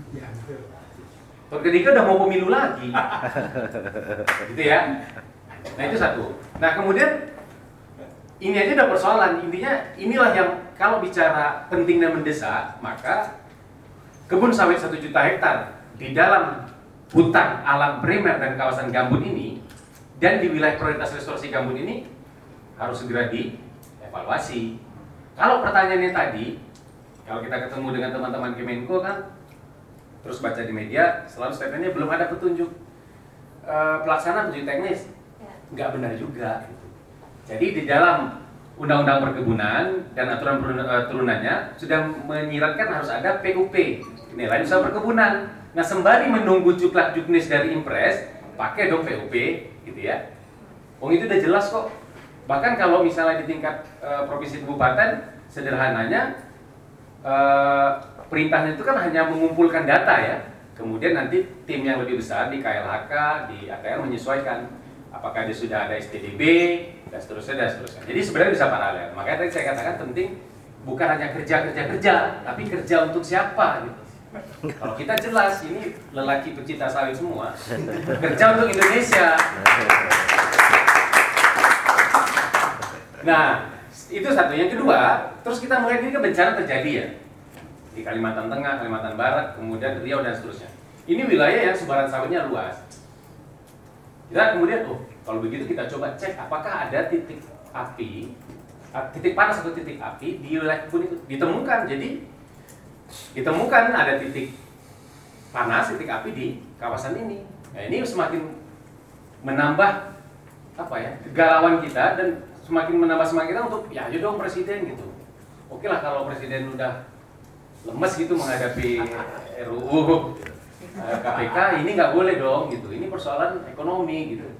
Tahun ketiga udah mau pemilu lagi, gitu ya. Nah itu satu. Nah kemudian ini aja udah persoalan. Intinya inilah yang kalau bicara penting dan mendesak, maka kebun sawit satu juta hektar di dalam hutan alam primer dan kawasan gambut ini dan di wilayah prioritas restorasi gambut ini harus segera dievaluasi. Kalau pertanyaannya tadi, kalau kita ketemu dengan teman-teman Kemenko kan, terus baca di media, selalu statementnya belum ada petunjuk e, pelaksanaan petunjuk teknis. Nggak benar juga. Jadi di dalam Undang-Undang Perkebunan dan aturan turunannya sudah menyiratkan harus ada P U P, nilai usaha perkebunan. Nah sembari menunggu cuklak juknis dari Impres, pakai dong P U P, gitu ya. Wong itu udah jelas kok. Bahkan kalau misalnya di tingkat e, provinsi kabupaten, sederhananya e, perintahnya itu kan hanya mengumpulkan data ya. Kemudian nanti tim yang lebih besar di K L H K, di A T R menyesuaikan apakah dia sudah ada S T D B dan seterusnya dan seterusnya. Jadi sebenarnya bisa paralel. Makanya tadi saya katakan penting bukan hanya kerja-kerja-kerja, tapi kerja untuk siapa gitu. Kalau kita jelas ini lelaki pecinta sawit semua, kerja untuk Indonesia. Nah, itu satu. Yang kedua, terus kita mulai ini kan bencana terjadi ya di Kalimantan Tengah, Kalimantan Barat, kemudian Riau dan seterusnya. Ini wilayah yang sebaran sawitnya luas. Kita kemudian, oh kalau begitu kita coba cek apakah ada titik api, titik panas atau titik api di wilayah kebun itu. Ditemukan, jadi ditemukan ada titik panas, titik api di kawasan ini. Nah ini semakin menambah apa ya kegalauan kita dan semakin menambah semangat kita untuk ya ayo dong presiden gitu. Oke lah kalau presiden udah lemes gitu menghadapi R U U K P K, ini nggak boleh dong gitu. Ini persoalan ekonomi gitu.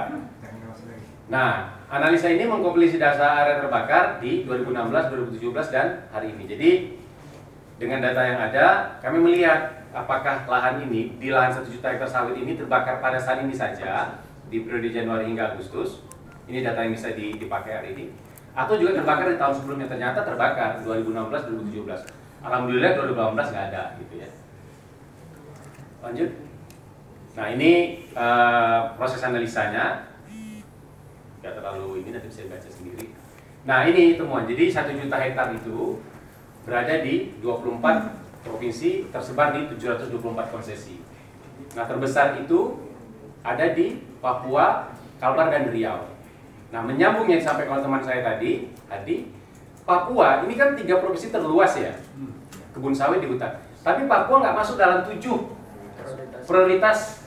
Nah, analisa ini mengkompilasi data area terbakar di dua ribu enam belas, dua ribu tujuh belas dan hari ini. Jadi dengan data yang ada, kami melihat apakah lahan ini di lahan satu juta hektar sawit ini terbakar pada saat ini saja di periode Januari hingga Agustus. Ini data yang bisa dipakai hari ini. Atau juga terbakar di tahun sebelumnya, ternyata terbakar dua ribu enam belas, dua ribu tujuh belas. Alhamdulillah dua ribu delapan belas nggak ada gitu ya. Lanjut. Nah ini uh, proses analisanya. Nggak terlalu ini, nanti bisa baca sendiri. Nah ini temuan. Jadi satu juta hektar itu berada di dua puluh empat provinsi, tersebar di tujuh ratus dua puluh empat konsesi. Nah terbesar itu ada di Papua, Kalbar dan Riau. Nah menyambung yang disampaikan oleh teman saya tadi, tadi Papua ini kan tiga provinsi terluas ya, kebun sawit di hutan. Tapi Papua nggak masuk dalam tujuh prioritas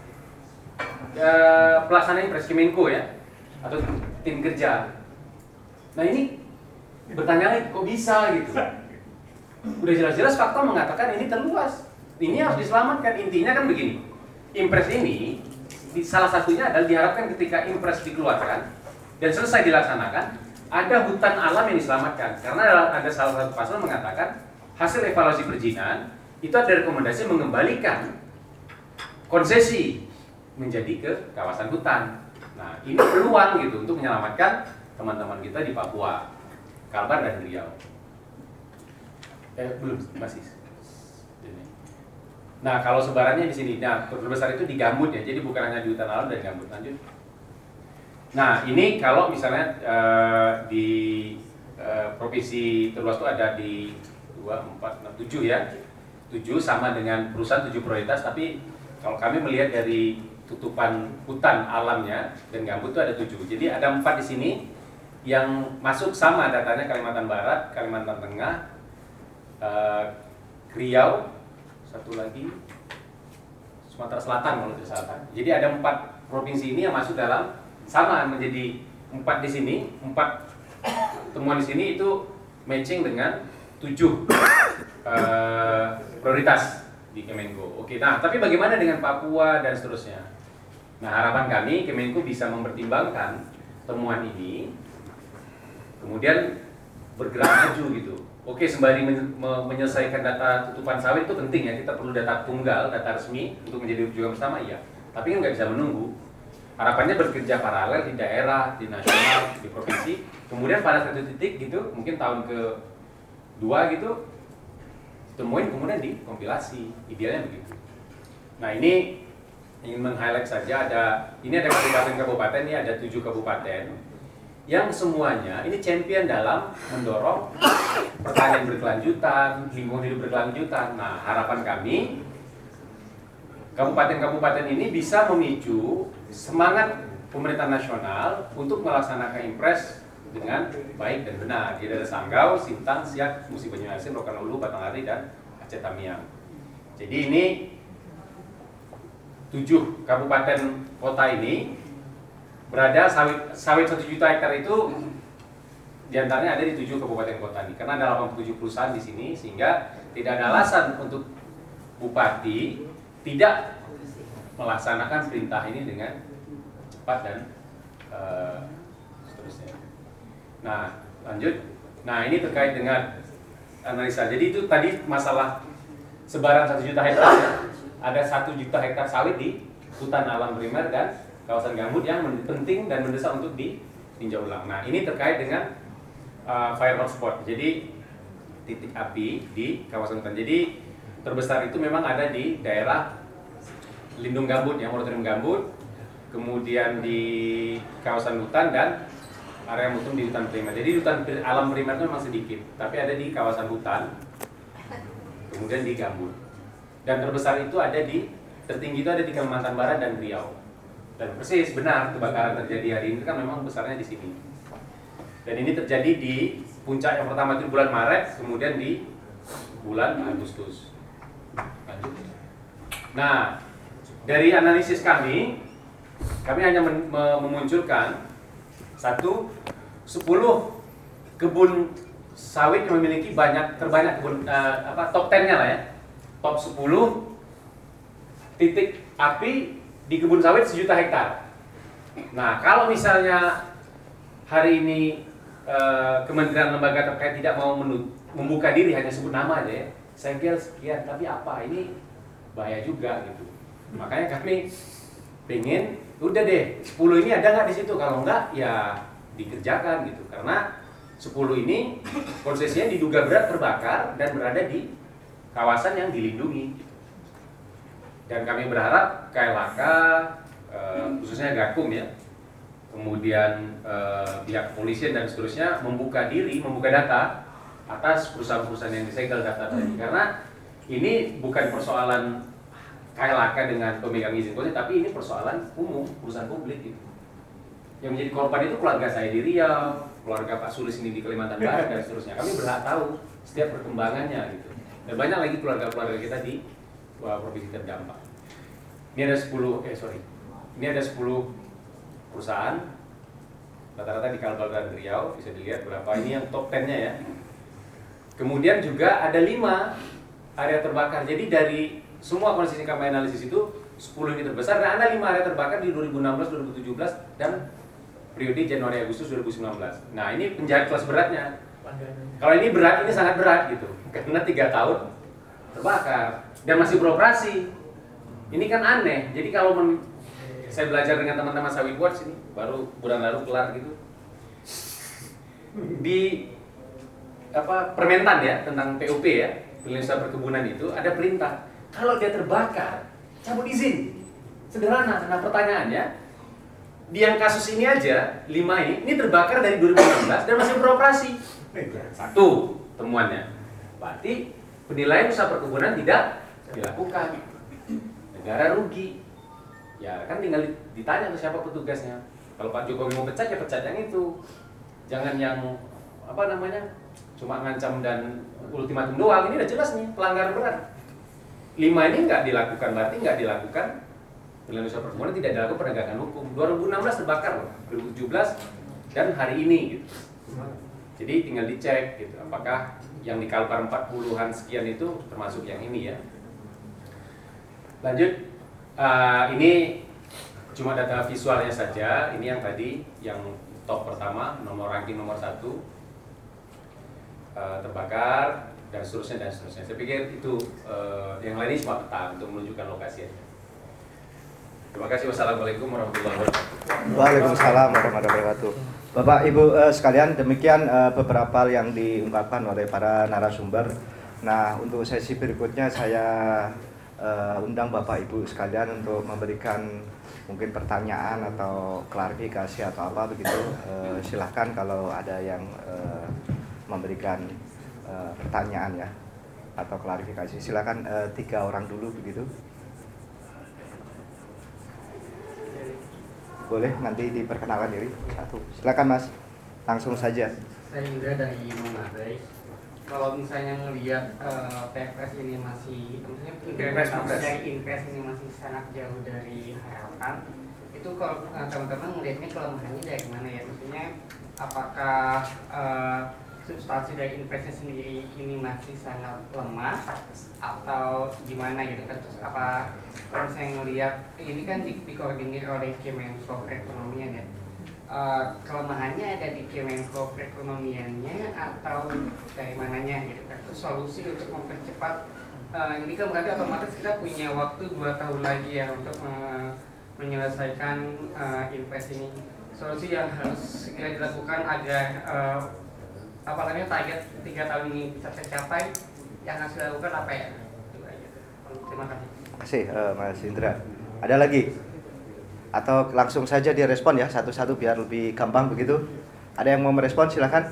eh, pelaksanaan Impres Kemenko ya, atau tim kerja. Nah ini bertanya lagi, kok bisa gitu. Udah jelas-jelas fakta mengatakan ini terluas, ini harus diselamatkan. Intinya kan begini, impres ini salah satunya adalah diharapkan ketika impres dikeluarkan dan selesai dilaksanakan, ada hutan alam yang diselamatkan. Karena ada salah satu pasal mengatakan hasil evaluasi perizinan itu ada rekomendasi mengembalikan konsesi menjadi ke kawasan hutan. Nah, ini peluang gitu untuk menyelamatkan teman-teman kita di Papua, Kalbar dan Riau. Eh, belum, masih. Nah, kalau sebarannya di sini, nah, terbesar itu di gambut ya, jadi bukan hanya di hutan alam dan gambut. Lanjut. Nah, ini kalau misalnya uh, di uh, provinsi terluas itu ada di dua, empat, enam, tujuh ya, tujuh sama dengan perusahaan tujuh prioritas, tapi kalau kami melihat dari tutupan hutan alamnya dan gambut itu ada tujuh. Jadi ada empat di sini yang masuk sama datanya Kalimantan Barat, Kalimantan Tengah, Uh, Riau, satu lagi Sumatera Selatan kalau tidak salah. Jadi ada empat provinsi ini yang masuk dalam sama menjadi empat di sini, empat temuan di sini itu matching dengan tujuh uh, prioritas di Kemenko. Oke, nah tapi bagaimana dengan Papua dan seterusnya? Nah harapan kami Kemenko bisa mempertimbangkan temuan ini, kemudian bergerak maju gitu. Oke, sembari men menyelesaikan data tutupan sawit itu penting ya, kita perlu data tunggal, data resmi untuk menjadi rujukan bersama, iya. Tapi kan nggak bisa menunggu. Harapannya bekerja paralel di daerah, di nasional, di provinsi. Kemudian pada satu titik gitu, mungkin tahun ke dua gitu, temuin kemudian dikompilasi. Idealnya begitu. Nah ini ingin meng-highlight saja, ada ini ada kabupaten-kabupaten, ini ada tujuh kabupaten yang semuanya ini champion dalam mendorong pertanian berkelanjutan, lingkungan hidup berkelanjutan. Nah, harapan kami kabupaten-kabupaten ini bisa memicu semangat pemerintah nasional untuk melaksanakan impres dengan baik dan benar. Jadi ada Sanggau, Sintang, Siak, Musi Banyuasin, Rokan Hulu, Batanghari, dan Aceh Tamiang. Jadi ini tujuh kabupaten kota ini berada sawit sawit satu juta hektar itu diantaranya ada di tujuh kabupaten kota ini, karena ada delapan puluh tujuh perusahaan di sini, sehingga tidak ada alasan untuk bupati tidak melaksanakan perintah ini dengan cepat dan uh, seterusnya. Nah lanjut, nah ini terkait dengan analisa. Jadi itu tadi masalah sebaran satu juta hektar, ada satu juta hektar sawit di hutan alam primer dan kawasan gambut yang penting dan mendesak untuk ditinjau ulang. Nah ini terkait dengan uh, fire hotspot, jadi titik api di kawasan hutan. Jadi terbesar itu memang ada di daerah lindung gambut, yang moratorium gambut, kemudian di kawasan hutan dan area mutum di hutan primer. Jadi hutan alam primer itu memang sedikit, tapi ada di kawasan hutan, kemudian di gambut. Dan terbesar itu ada di, tertinggi itu ada di Kalimantan Barat dan Riau. Dan persis benar kebakaran terjadi hari ini kan memang besarnya di sini. Dan ini terjadi di puncak yang pertama itu bulan Maret, kemudian di bulan Agustus. Lanjut. Nah, dari analisis kami, kami hanya memunculkan satu sepuluh kebun sawit yang memiliki banyak terbanyak kebun uh, apa top sepuluh-nya lah ya. Top sepuluh titik api di kebun sawit sejuta hektar. Nah, kalau misalnya hari ini eh, kementerian lembaga terkait tidak mau membuka diri, hanya sebut nama aja ya, segel sekian, tapi apa ini bahaya juga gitu. Makanya kami pengen, udah deh, sepuluh ini ada nggak di situ? Kalau nggak, ya dikerjakan gitu. Karena sepuluh ini konsesinya diduga berat terbakar dan berada di kawasan yang dilindungi. Dan kami berharap K L H K, eh, khususnya Gakum ya, kemudian eh, pihak kepolisian dan seterusnya membuka diri, membuka data atas perusahaan-perusahaan yang disegel data tadi. Karena ini bukan persoalan K L H K dengan pemegang izin khusus, tapi ini persoalan umum, perusahaan publik gitu. Yang menjadi korban itu keluarga saya di Riau, keluarga Pak Sulis ini di Kalimantan Barat dan seterusnya. Kami berhak tahu setiap perkembangannya gitu. Dan banyak lagi keluarga-keluarga kita di provinsi terdampak. Ini ada sepuluh eh sorry. Ini ada sepuluh perusahaan rata-rata di Kalbar dan Riau, bisa dilihat berapa ini yang top sepuluh-nya ya. Kemudian juga ada lima area terbakar. Jadi dari semua kondisi kami analisis itu sepuluh ini terbesar dan ada lima area terbakar di dua ribu enam belas, dua ribu tujuh belas dan periode Januari Agustus dua ribu sembilan belas. Nah, ini penjahat kelas beratnya. Kalau ini berat, ini sangat berat gitu. Karena tiga tahun terbakar dan masih beroperasi. Ini kan aneh. Jadi kalau men, saya belajar dengan teman-teman Sawit Watch ini baru bulan lalu kelar gitu. Di apa Permentan ya tentang P U P ya, Pilihan Usaha Perkebunan itu ada perintah. Kalau dia terbakar, cabut izin. Sederhana. Nah, pertanyaannya, di yang kasus ini aja, lima ini, ini terbakar dari dua ribu enam belas dan masih beroperasi. Satu temuannya. Berarti penilaian usaha perkebunan tidak dilakukan. Negara rugi. Ya kan tinggal ditanya ke siapa petugasnya. Kalau Pak Jokowi mau pecat ya pecat yang itu. Jangan yang apa namanya? Cuma ngancam dan ultimatum doang. Ini udah jelas nih pelanggaran berat. Lima ini nggak dilakukan, berarti nggak dilakukan pilihan usaha perkebunan, tidak dilakukan penegakan hukum. dua ribu enam belas terbakar loh, dua ribu tujuh belas dan hari ini gitu. Jadi tinggal dicek gitu, apakah yang di Kalbar empat puluhan sekian itu termasuk yang ini ya. Lanjut, uh, ini cuma data visualnya saja. Ini yang tadi, yang top pertama, nomor ranking nomor satu uh, terbakar dan seterusnya dan seterusnya. Saya pikir itu uh, yang lain ini cuma peta untuk menunjukkan lokasi aja. Terima kasih. Wassalamualaikum warahmatullahi wabarakatuh. Waalaikumsalam warahmatullahi wabarakatuh. Bapak Ibu uh, sekalian, demikian uh, beberapa yang diungkapkan oleh para narasumber. Nah, untuk sesi berikutnya saya uh, undang Bapak Ibu sekalian untuk memberikan mungkin pertanyaan atau klarifikasi atau apa begitu. Uh, silahkan kalau ada yang uh, memberikan uh, pertanyaan ya atau klarifikasi. Silakan uh, tiga orang dulu begitu. Boleh nanti diperkenalkan diri satu. Silakan Mas, langsung saja. Saya Indra dari Monadai. Kalau misalnya melihat uh, P F S ini masih, maksudnya implementasi dari Inpres ini masih sangat jauh dari harapan, itu kalau uh, teman-teman melihatnya kelemahannya dari mana ya? Maksudnya apakah uh, substansi dari Inpresnya sendiri ini masih sangat lemah atau gimana gitu kan? Terus apa kalau misalnya melihat ini kan di, dikoordinir oleh Kemenko Perekonomian ya, uh, kelemahannya ada di Kemenko Perekonomiannya atau dari mananya gitu kan? Terus solusi untuk mempercepat uh, ini kan berarti otomatis kita punya waktu dua tahun lagi ya untuk uh, menyelesaikan uh, Inpres ini. Solusi yang harus segera dilakukan agar uh, apa namanya target tiga tahun ini bisa tercapai, yang harus dilakukan apa ya? Terima kasih. Terima kasih uh, Mas Indra. Ada lagi? Atau langsung saja direspon ya satu-satu biar lebih gampang begitu? Ada yang mau merespon silakan.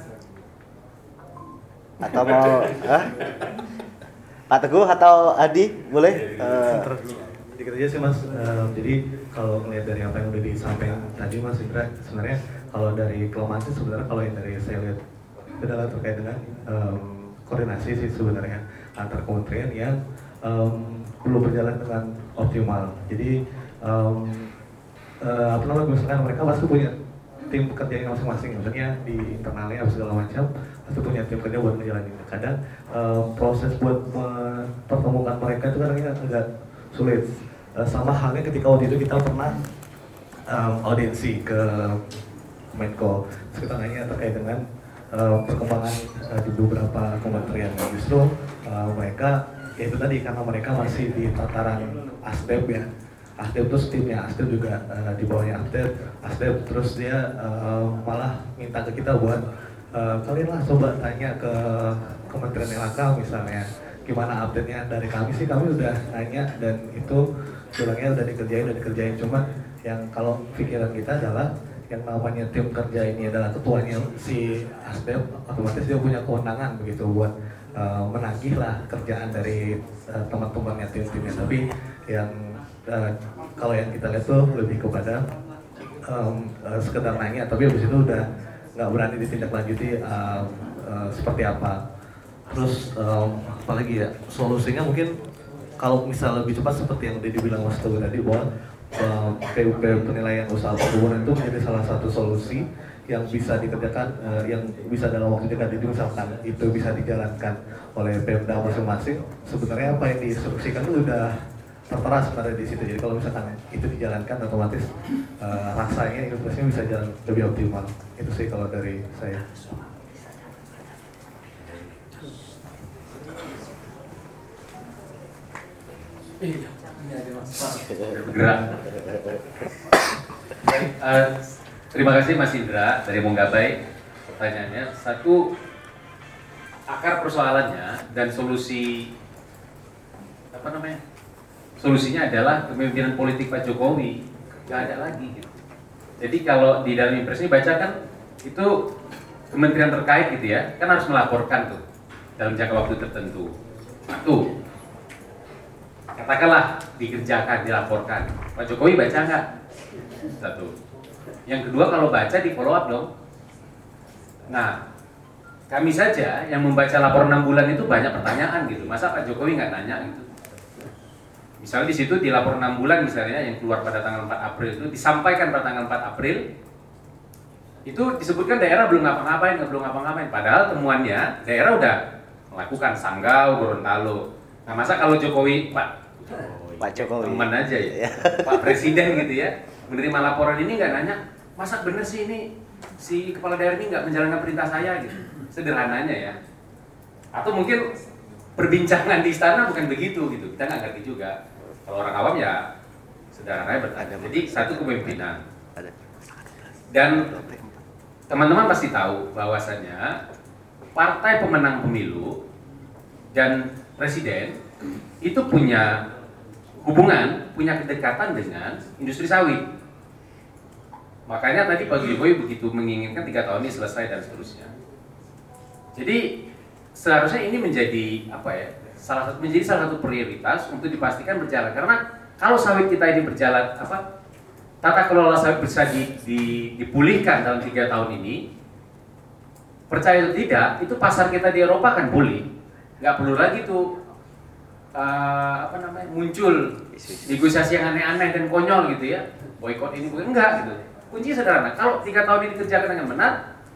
Atau mau huh? Pak Teguh atau Adi boleh? Uh, Sedikit aja sih Mas. Uh, jadi kalau melihat dari apa yang udah disampaikan tadi Mas Indra, sebenarnya kalau dari kelemahan sih sebenarnya kalau yang dari saya lihat adalah terkait dengan um, koordinasi sih sebenarnya antar kementerian yang um, belum berjalan dengan optimal. Jadi um, uh, apa namanya misalkan mereka pasti punya tim pekerjaan masing-masing, maksudnya di internalnya segala macam pasti punya tim kerja buat menjalani. Kadang uh, proses buat mempertemukan mereka itu kadang agak sulit. Uh, sama halnya ketika waktu itu kita pernah um, audiensi ke Menko, kita nanya terkait dengan Uh, perkembangan uh, di beberapa kementerian. Justru uh, mereka ya itu tadi karena mereka masih di tataran Asdep ya. Asdep terus timnya Asdep juga uh, di bawahnya Asdep. Asdep terus dia uh, malah minta ke kita buat uh, kalian lah coba tanya ke Kementerian L H K misalnya gimana update-nya. Dari kami sih kami udah nanya dan itu bilangnya udah dikerjain udah dikerjain cuma yang kalau pikiran kita adalah yang namanya tim kerja ini adalah ketuanya si Asdep, otomatis dia punya kewenangan begitu buat uh, menagih lah kerjaan dari uh, teman-temannya tim-timnya. Tapi yang uh, kalau yang kita lihat tuh lebih kepada um, uh, sekedar nanya, tapi habis itu udah nggak berani ditindaklanjuti uh, uh, seperti apa. Terus um, apalagi ya solusinya mungkin kalau misal lebih cepat seperti yang udah dibilang Mas Teguh tadi bahwa P U P penilaian usaha perkebunan itu menjadi salah satu solusi yang bisa dikerjakan, uh, yang bisa dalam waktu dekat itu misalkan itu bisa dijalankan oleh Pemda masing-masing, sebenarnya apa yang diinstruksikan itu udah tertera sebenarnya di situ. Jadi kalau misalkan itu dijalankan, otomatis uh, rasanya inovasinya bisa jalan lebih optimal. Itu sih kalau dari saya. Bergerak. Baik, uh, terima kasih Mas Indra dari Monggabai. Pertanyaannya, satu, akar persoalannya dan solusi apa namanya? Solusinya adalah kepemimpinan politik Pak Jokowi, nggak ada lagi. Gitu. Jadi kalau di dalam impres ini baca kan itu kementerian terkait gitu ya, kan harus melaporkan tuh dalam jangka waktu tertentu. Satu, katakanlah dikerjakan, dilaporkan. Pak Jokowi baca nggak? Satu. Yang kedua, kalau baca di follow up dong. Nah, kami saja yang membaca laporan enam bulan itu banyak pertanyaan gitu. Masa Pak Jokowi nggak nanya gitu? Misalnya di situ di laporan enam bulan misalnya yang keluar pada tanggal empat April itu disampaikan pada tanggal empat April itu disebutkan daerah belum ngapa-ngapain, belum ngapa-ngapain. Padahal temuannya daerah udah melakukan Sanggau, Gorontalo. Nah, masa kalau Jokowi, Pak Pak Jokowi teman aja ya, Pak Presiden gitu ya, menerima laporan ini nggak nanya, masa bener sih ini si kepala daerah ini nggak menjalankan perintah saya gitu, sederhananya ya. Atau mungkin perbincangan di istana bukan begitu gitu, kita nggak ngerti juga. Kalau orang awam ya sederhananya bertanya. Jadi satu kepemimpinan. Dan teman-teman pasti tahu bahwasannya partai pemenang pemilu dan presiden itu punya hubungan, punya kedekatan dengan industri sawit. Makanya tadi Pak Jokowi begitu menginginkan tiga tahun ini selesai dan seterusnya. Jadi seharusnya ini menjadi apa ya? Salah satu menjadi salah satu prioritas untuk dipastikan berjalan. Karena kalau sawit kita ini berjalan apa? Tata kelola sawit bisa di, di, dipulihkan dalam tiga tahun ini. Percaya atau tidak, itu pasar kita di Eropa akan pulih. Nggak perlu lagi tuh uh, apa namanya muncul negosiasi yang aneh-aneh dan konyol gitu ya. Boykot ini bukan enggak gitu. Kuncinya sederhana. Kalau tiga tahun ini dikerjakan dengan benar,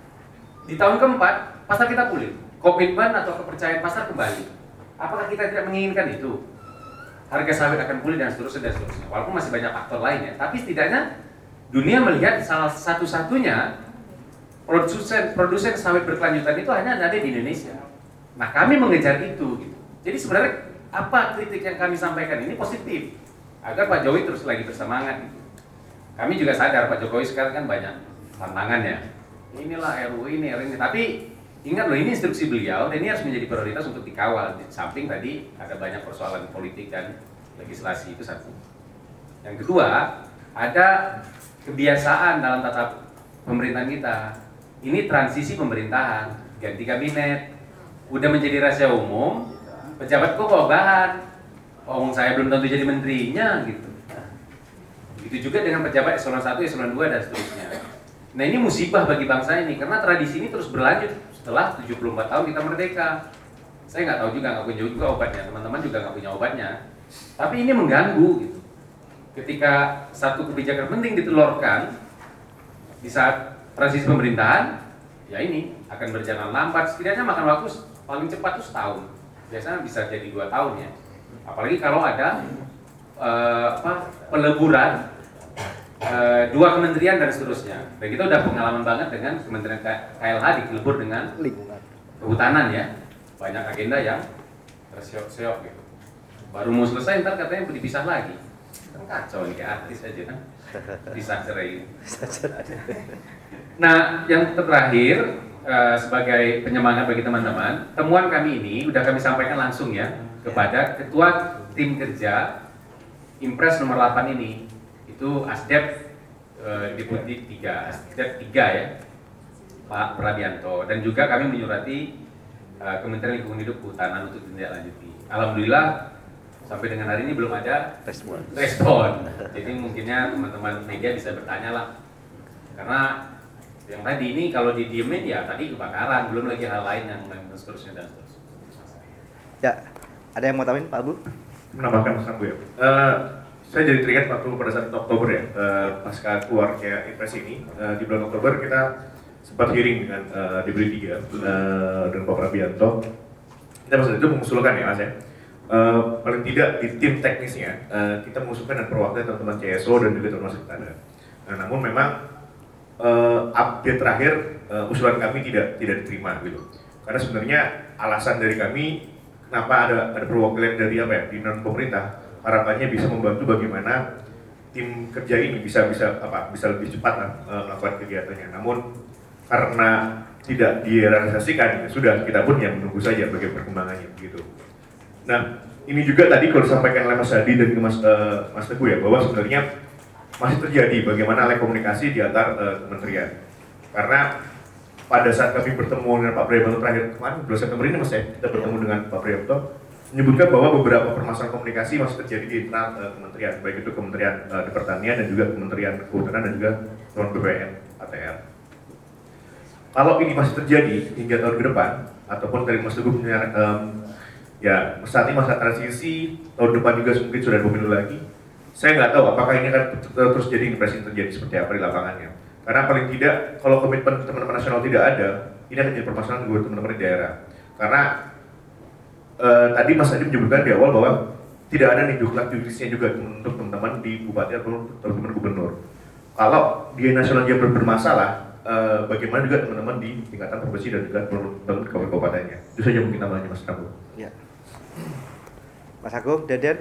di tahun keempat pasar kita pulih. Komitmen atau kepercayaan pasar kembali. Apakah kita tidak menginginkan itu? Harga sawit akan pulih dan seterusnya dan seterusnya. Walaupun masih banyak faktor lainnya, tapi setidaknya dunia melihat salah satu-satunya produsen produsen sawit berkelanjutan itu hanya ada di Indonesia. Nah, kami mengejar itu. Gitu. Jadi sebenarnya apa kritik yang kami sampaikan ini positif agar Pak Jokowi terus lagi bersemangat. Gitu. Kami juga sadar Pak Jokowi sekarang kan banyak tantangannya. Inilah R U U ini, R U U ini, tapi ingat loh, ini instruksi beliau dan ini harus menjadi prioritas untuk dikawal. Di samping tadi ada banyak persoalan politik dan legislasi, itu satu. Yang kedua, ada kebiasaan dalam tata pemerintahan kita. Ini transisi pemerintahan, ganti kabinet, udah menjadi rahasia umum, pejabat kok bawa bahan, omong saya belum tentu jadi menterinya gitu. Begitu juga dengan pejabat eselon satu, eselon dua dan seterusnya. Nah, ini musibah bagi bangsa ini karena tradisi ini terus berlanjut setelah tujuh puluh empat tahun kita merdeka. Saya nggak tahu juga, nggak punya juga obatnya, teman-teman juga nggak punya obatnya. Tapi ini mengganggu gitu. Ketika satu kebijakan penting ditelurkan di saat transisi pemerintahan, ya ini akan berjalan lambat. Setidaknya makan waktu paling cepat tuh setahun. Biasanya bisa jadi dua tahun ya. Apalagi kalau ada uh, apa, peleburan uh, dua kementerian dan seterusnya. Dan kita udah pengalaman banget dengan Kementerian K L H dikelebur dengan kehutanan ya. Banyak agenda yang terseok-seok gitu. Baru mau selesai ntar katanya dipisah lagi. Kan kacau nih, kayak artis aja kan. Pisah cerai. Nah, yang terakhir uh, sebagai penyemangat bagi teman-teman, temuan kami ini udah kami sampaikan langsung ya kepada Ketua Tim Kerja Impres nomor delapan ini. Itu Asdep uh, Deputi tiga, Asdep tiga ya, Pak Pradianto. Dan juga kami menyurati uh, Kementerian Lingkungan Hidup Kehutanan untuk ditindaklanjuti. Alhamdulillah sampai dengan hari ini belum ada respon. respon. Jadi mungkinnya teman-teman media bisa bertanya lah. Karena yang tadi ini kalau didiemin ya tadi kebakaran, belum lagi hal lain yang dan seterusnya dan seterusnya. Ya, ada yang mau tambahin Pak Abu? Menambahkan Mas Abu ya. Uh, saya jadi teringat waktu pada saat Oktober ya, uh, pasca keluarnya impres ini, uh, di bulan Oktober kita sempat hearing dengan uh, D B D tiga uh, dengan Pak Prabianto. Kita pada saat itu mengusulkan ya Mas ya, uh, paling tidak di tim teknisnya uh, kita mengusulkan dan perwakilan teman-teman C S O dan juga teman-teman sekretariat. Nah, namun memang uh, update terakhir uh, usulan kami tidak tidak diterima gitu. Karena sebenarnya alasan dari kami kenapa ada ada perwakilan dari apa ya di non pemerintah, harapannya bisa membantu bagaimana tim kerja ini bisa bisa apa bisa lebih cepat uh, melakukan kegiatannya. Namun karena tidak direalisasikan, ya sudah kita pun yang menunggu saja bagaimana perkembangannya begitu. Nah, ini juga tadi kalau disampaikan oleh Mas Hadi dan Mas uh, Mas Teguh ya, bahwa sebenarnya masih terjadi bagaimana alih komunikasi di antar uh, kementerian. Karena pada saat kami bertemu dengan Pak Priyoto terakhir kemarin, bulan September ini Mas ya, kita bertemu dengan Pak Priyoto, menyebutkan bahwa beberapa permasalahan komunikasi masih terjadi di internal uh, kementerian, baik itu Kementerian uh, Pertanian dan juga Kementerian Kehutanan dan juga non B P N A T R. Kalau ini masih terjadi hingga tahun ke depan, ataupun dari Mas Teguh punya um, ya saat ini masa transisi, tahun depan juga mungkin sudah ada pemilu lagi. Saya nggak tahu apakah ini akan terus jadi impresi yang terjadi seperti apa di lapangannya. Karena paling tidak, kalau komitmen teman-teman nasional tidak ada, ini akan jadi permasalahan buat teman-teman di daerah. Karena uh, tadi Mas Hadi menyebutkan di awal bahwa tidak ada nih duklat jurisnya juga untuk teman-teman di bupati atau teman-teman gubernur. Kalau dia nasional dia bermasalah, Uh, bagaimana juga teman-teman di tingkatan provinsi dan juga teman-teman kabupatennya. Itu saja mungkin namanya Mas Rambo. Ya. Mas Agung, Deden.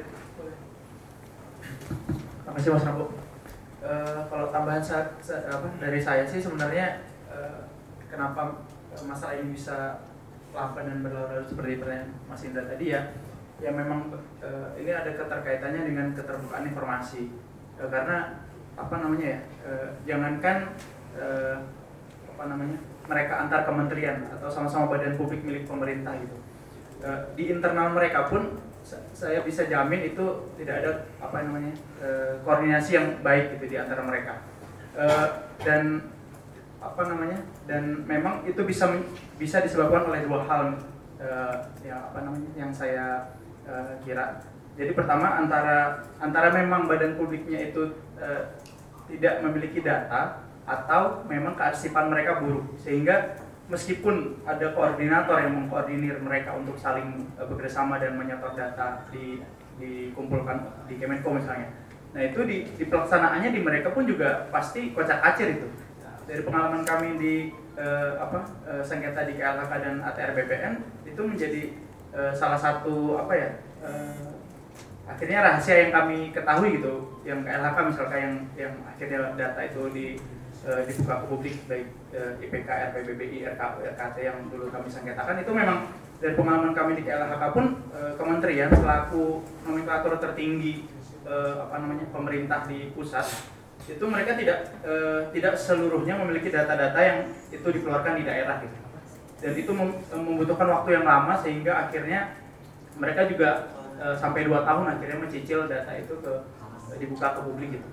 Terima kasih Mas Rambo. Uh, kalau tambahan saat, saat, apa, dari saya sih sebenarnya uh, kenapa masalah ini bisa lamban dan berlarut-larut seperti pertanyaan Mas Indra tadi ya, ya memang uh, ini ada keterkaitannya dengan keterbukaan informasi. Uh, karena apa namanya ya, uh, jangankan uh, apa namanya mereka antar kementerian atau sama-sama badan publik milik pemerintah gitu, e, di internal mereka pun saya bisa jamin itu tidak ada apa namanya e, koordinasi yang baik gitu di antara mereka, e, dan apa namanya dan memang itu bisa bisa disebabkan oleh dua hal e, ya apa namanya yang saya e, kira. Jadi pertama antara antara memang badan publiknya itu e, tidak memiliki data atau memang kearsipan mereka buruk, sehingga meskipun ada koordinator yang mengkoordinir mereka untuk saling bekerjasama dan menyetor data di dikumpulkan di Kemenko misalnya, nah itu di, di pelaksanaannya di mereka pun juga pasti kocak-kacir itu. Dari pengalaman kami di eh, apa eh, sengketa di K L H K dan A T R B P N itu menjadi eh, salah satu apa ya eh, akhirnya rahasia yang kami ketahui gitu, yang K L H K misalkan yang yang akhirnya data itu di dibuka ke publik, baik I P K, R P B B I, R K U, R K T yang dulu kami sengketakan, itu memang dari pengalaman kami di K L H K pun kementerian selaku nomenklatur tertinggi apa namanya pemerintah di pusat itu mereka tidak tidak seluruhnya memiliki data-data yang itu dikeluarkan di daerah gitu, dan itu membutuhkan waktu yang lama sehingga akhirnya mereka juga sampai dua tahun akhirnya mencicil data itu ke dibuka ke publik gitu.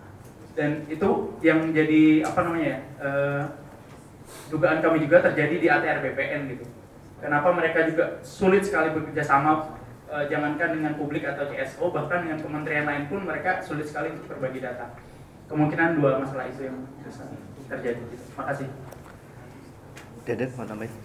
Dan itu yang jadi apa namanya ya, uh, dugaan kami juga terjadi di A T R B P N gitu. Kenapa mereka juga sulit sekali bekerja sama, uh, jangankan dengan publik atau C S O, bahkan dengan kementerian lain pun mereka sulit sekali untuk berbagi data. Kemungkinan dua masalah itu yang bisa terjadi gitu. Terima kasih. Deden mau tambahin?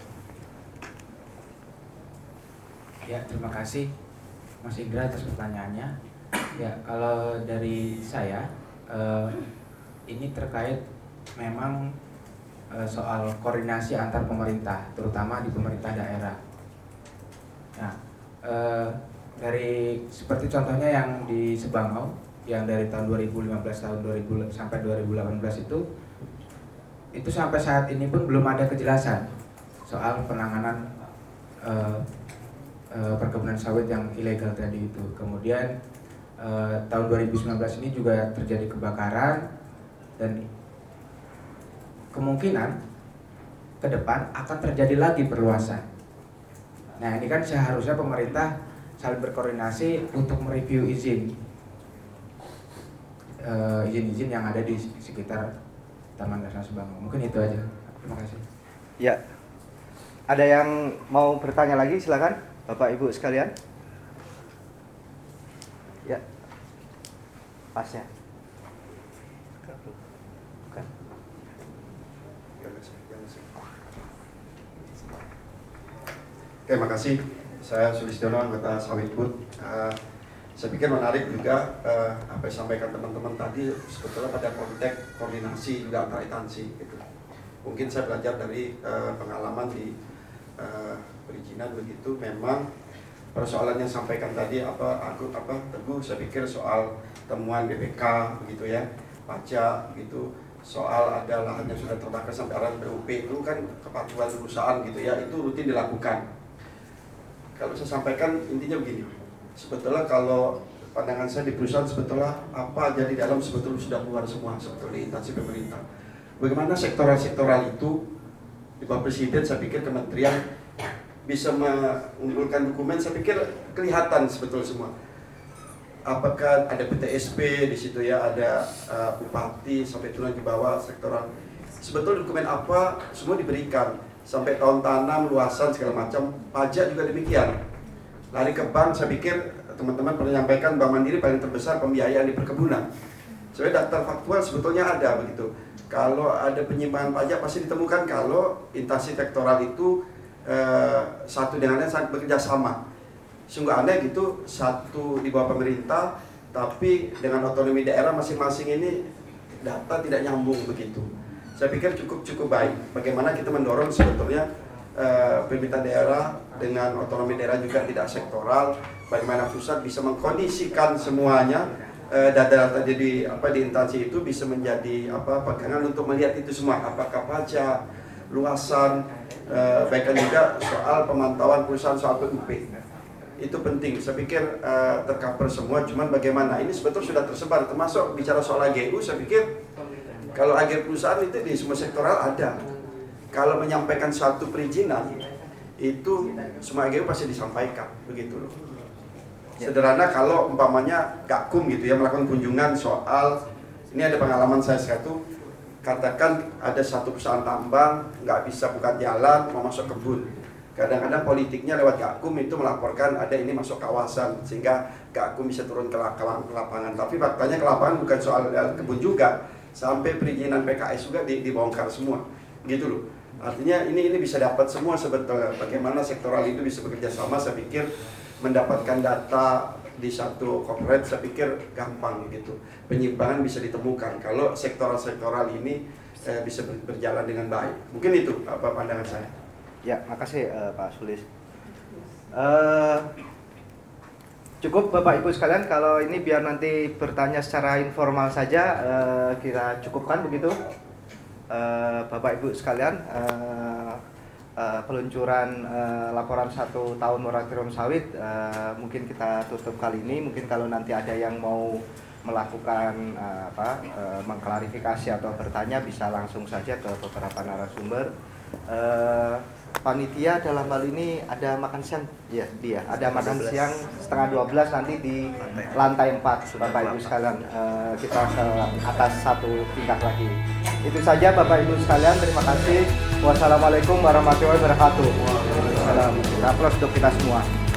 Ya, terima kasih Mas Indra atas pertanyaannya. Ya, kalau dari saya Uh, ini terkait memang uh, soal koordinasi antar pemerintah, terutama di pemerintah daerah. Nah, uh, dari seperti contohnya yang di Sebangau, yang dari tahun dua ribu lima belas tahun dua ribu sampai dua ribu delapan belas itu, itu sampai saat ini pun belum ada kejelasan soal penanganan uh, uh, perkebunan sawit yang ilegal tadi itu. Kemudian Uh, tahun dua ribu sembilan belas ini juga terjadi kebakaran dan kemungkinan ke depan akan terjadi lagi perluasan. Nah, ini kan seharusnya pemerintah saling berkoordinasi untuk mereview izin uh, izin-izin yang ada di sekitar Taman Nasional Sebangau. Mungkin itu aja. Terima kasih. Ya. Ada yang mau bertanya lagi, silakan Bapak Ibu sekalian. Ya, pasnya. Bukan. Oke, makasih. Saya Sulistiono, anggota Sawitbud. Uh, saya pikir menarik juga uh, apa yang disampaikan teman-teman tadi sebetulnya pada konteks koordinasi juga antar instansi gitu. Mungkin saya belajar dari uh, pengalaman di uh, perizinan begitu. Memang persoalan yang sampaikan tadi apa aku apa Teguh, saya pikir soal temuan B P K begitu ya, pajak gitu, soal ada lahan yang sudah terbakar sampai arahan P U P itu kan kepatuhan perusahaan gitu ya, itu rutin dilakukan. Kalau saya sampaikan intinya begini, sebetulnya kalau pandangan saya di perusahaan sebetulnya apa aja di dalam sebetulnya sudah keluar semua sebetulnya di instansi pemerintah. Bagaimana sektoral-sektoral itu di bawah Presiden, saya pikir kementerian bisa mengumpulkan dokumen, saya pikir kelihatan sebetulnya semua. Apakah ada P T S P di situ ya, ada uh, bupati sampai turun di bawah sektoral. Sebetulnya dokumen apa semua diberikan. Sampai tahun tanam, luasan segala macam, pajak juga demikian. Lari ke bank, saya pikir teman-teman pernah menyampaikan Bank Mandiri paling terbesar pembiayaan di perkebunan. Sebenarnya daftar faktual sebetulnya ada begitu. Kalau ada penyimpangan pajak pasti ditemukan kalau instansi sektoral itu eh, satu dengan lain sangat bekerja sama. Sungguh aneh gitu, satu di bawah pemerintah, tapi dengan otonomi daerah masing-masing ini data tidak nyambung begitu. Saya pikir cukup-cukup baik. Bagaimana kita mendorong sebetulnya uh, pemerintah daerah dengan otonomi daerah juga tidak sektoral. Bagaimana pusat bisa mengkondisikan semuanya uh, data-data jadi apa di instansi itu bisa menjadi apa pegangan untuk melihat itu semua. Apakah pajak, luasan, uh, baikkan juga soal pemantauan perusahaan soal P U P. Itu penting. Saya pikir uh, tercover semua. Cuman bagaimana ini sebetulnya sudah tersebar. Termasuk bicara soal A G U, saya pikir kalau agen perusahaan itu di semua sektoral ada. Kalau menyampaikan suatu perizinan itu semua A G U pasti disampaikan begitu loh. Sederhana kalau umpamanya Gakum gitu ya melakukan kunjungan soal ini ada pengalaman saya satu, katakan ada satu perusahaan tambang nggak bisa buka jalan mau masuk kebun. Kadang-kadang politiknya lewat Gakum itu melaporkan ada ini masuk kawasan sehingga Gakum bisa turun ke lapangan. Tapi faktanya ke lapangan bukan soal kebun juga. Sampai perizinan P K S juga dibongkar semua, gitu loh. Artinya ini ini bisa dapat semua sebetulnya. Bagaimana sektoral itu bisa bekerja sama, saya pikir mendapatkan data di satu corporate, saya pikir gampang gitu. Penyimpangan bisa ditemukan kalau sektoral-sektoral ini eh, bisa berjalan dengan baik. Mungkin itu apa pandangan saya. Ya, makasih uh, Pak Sulis. Uh, Cukup Bapak Ibu sekalian, kalau ini biar nanti bertanya secara informal saja, uh, kita cukupkan begitu. Uh, Bapak Ibu sekalian, uh, uh, peluncuran uh, laporan satu tahun moratorium sawit uh, mungkin kita tutup kali ini. Mungkin kalau nanti ada yang mau melakukan uh, apa, uh, mengklarifikasi atau bertanya bisa langsung saja ke beberapa narasumber. Uh, Panitia dalam hal ini ada makan siang, ya dia ada makan siang setengah dua belas nanti di lantai empat, Bapak Ibu sekalian. Uh, kita ke atas satu tingkat lagi. Itu saja Bapak Ibu sekalian, terima kasih. Wassalamualaikum warahmatullahi wabarakatuh. Salam. Kita aplaus untuk kita semua.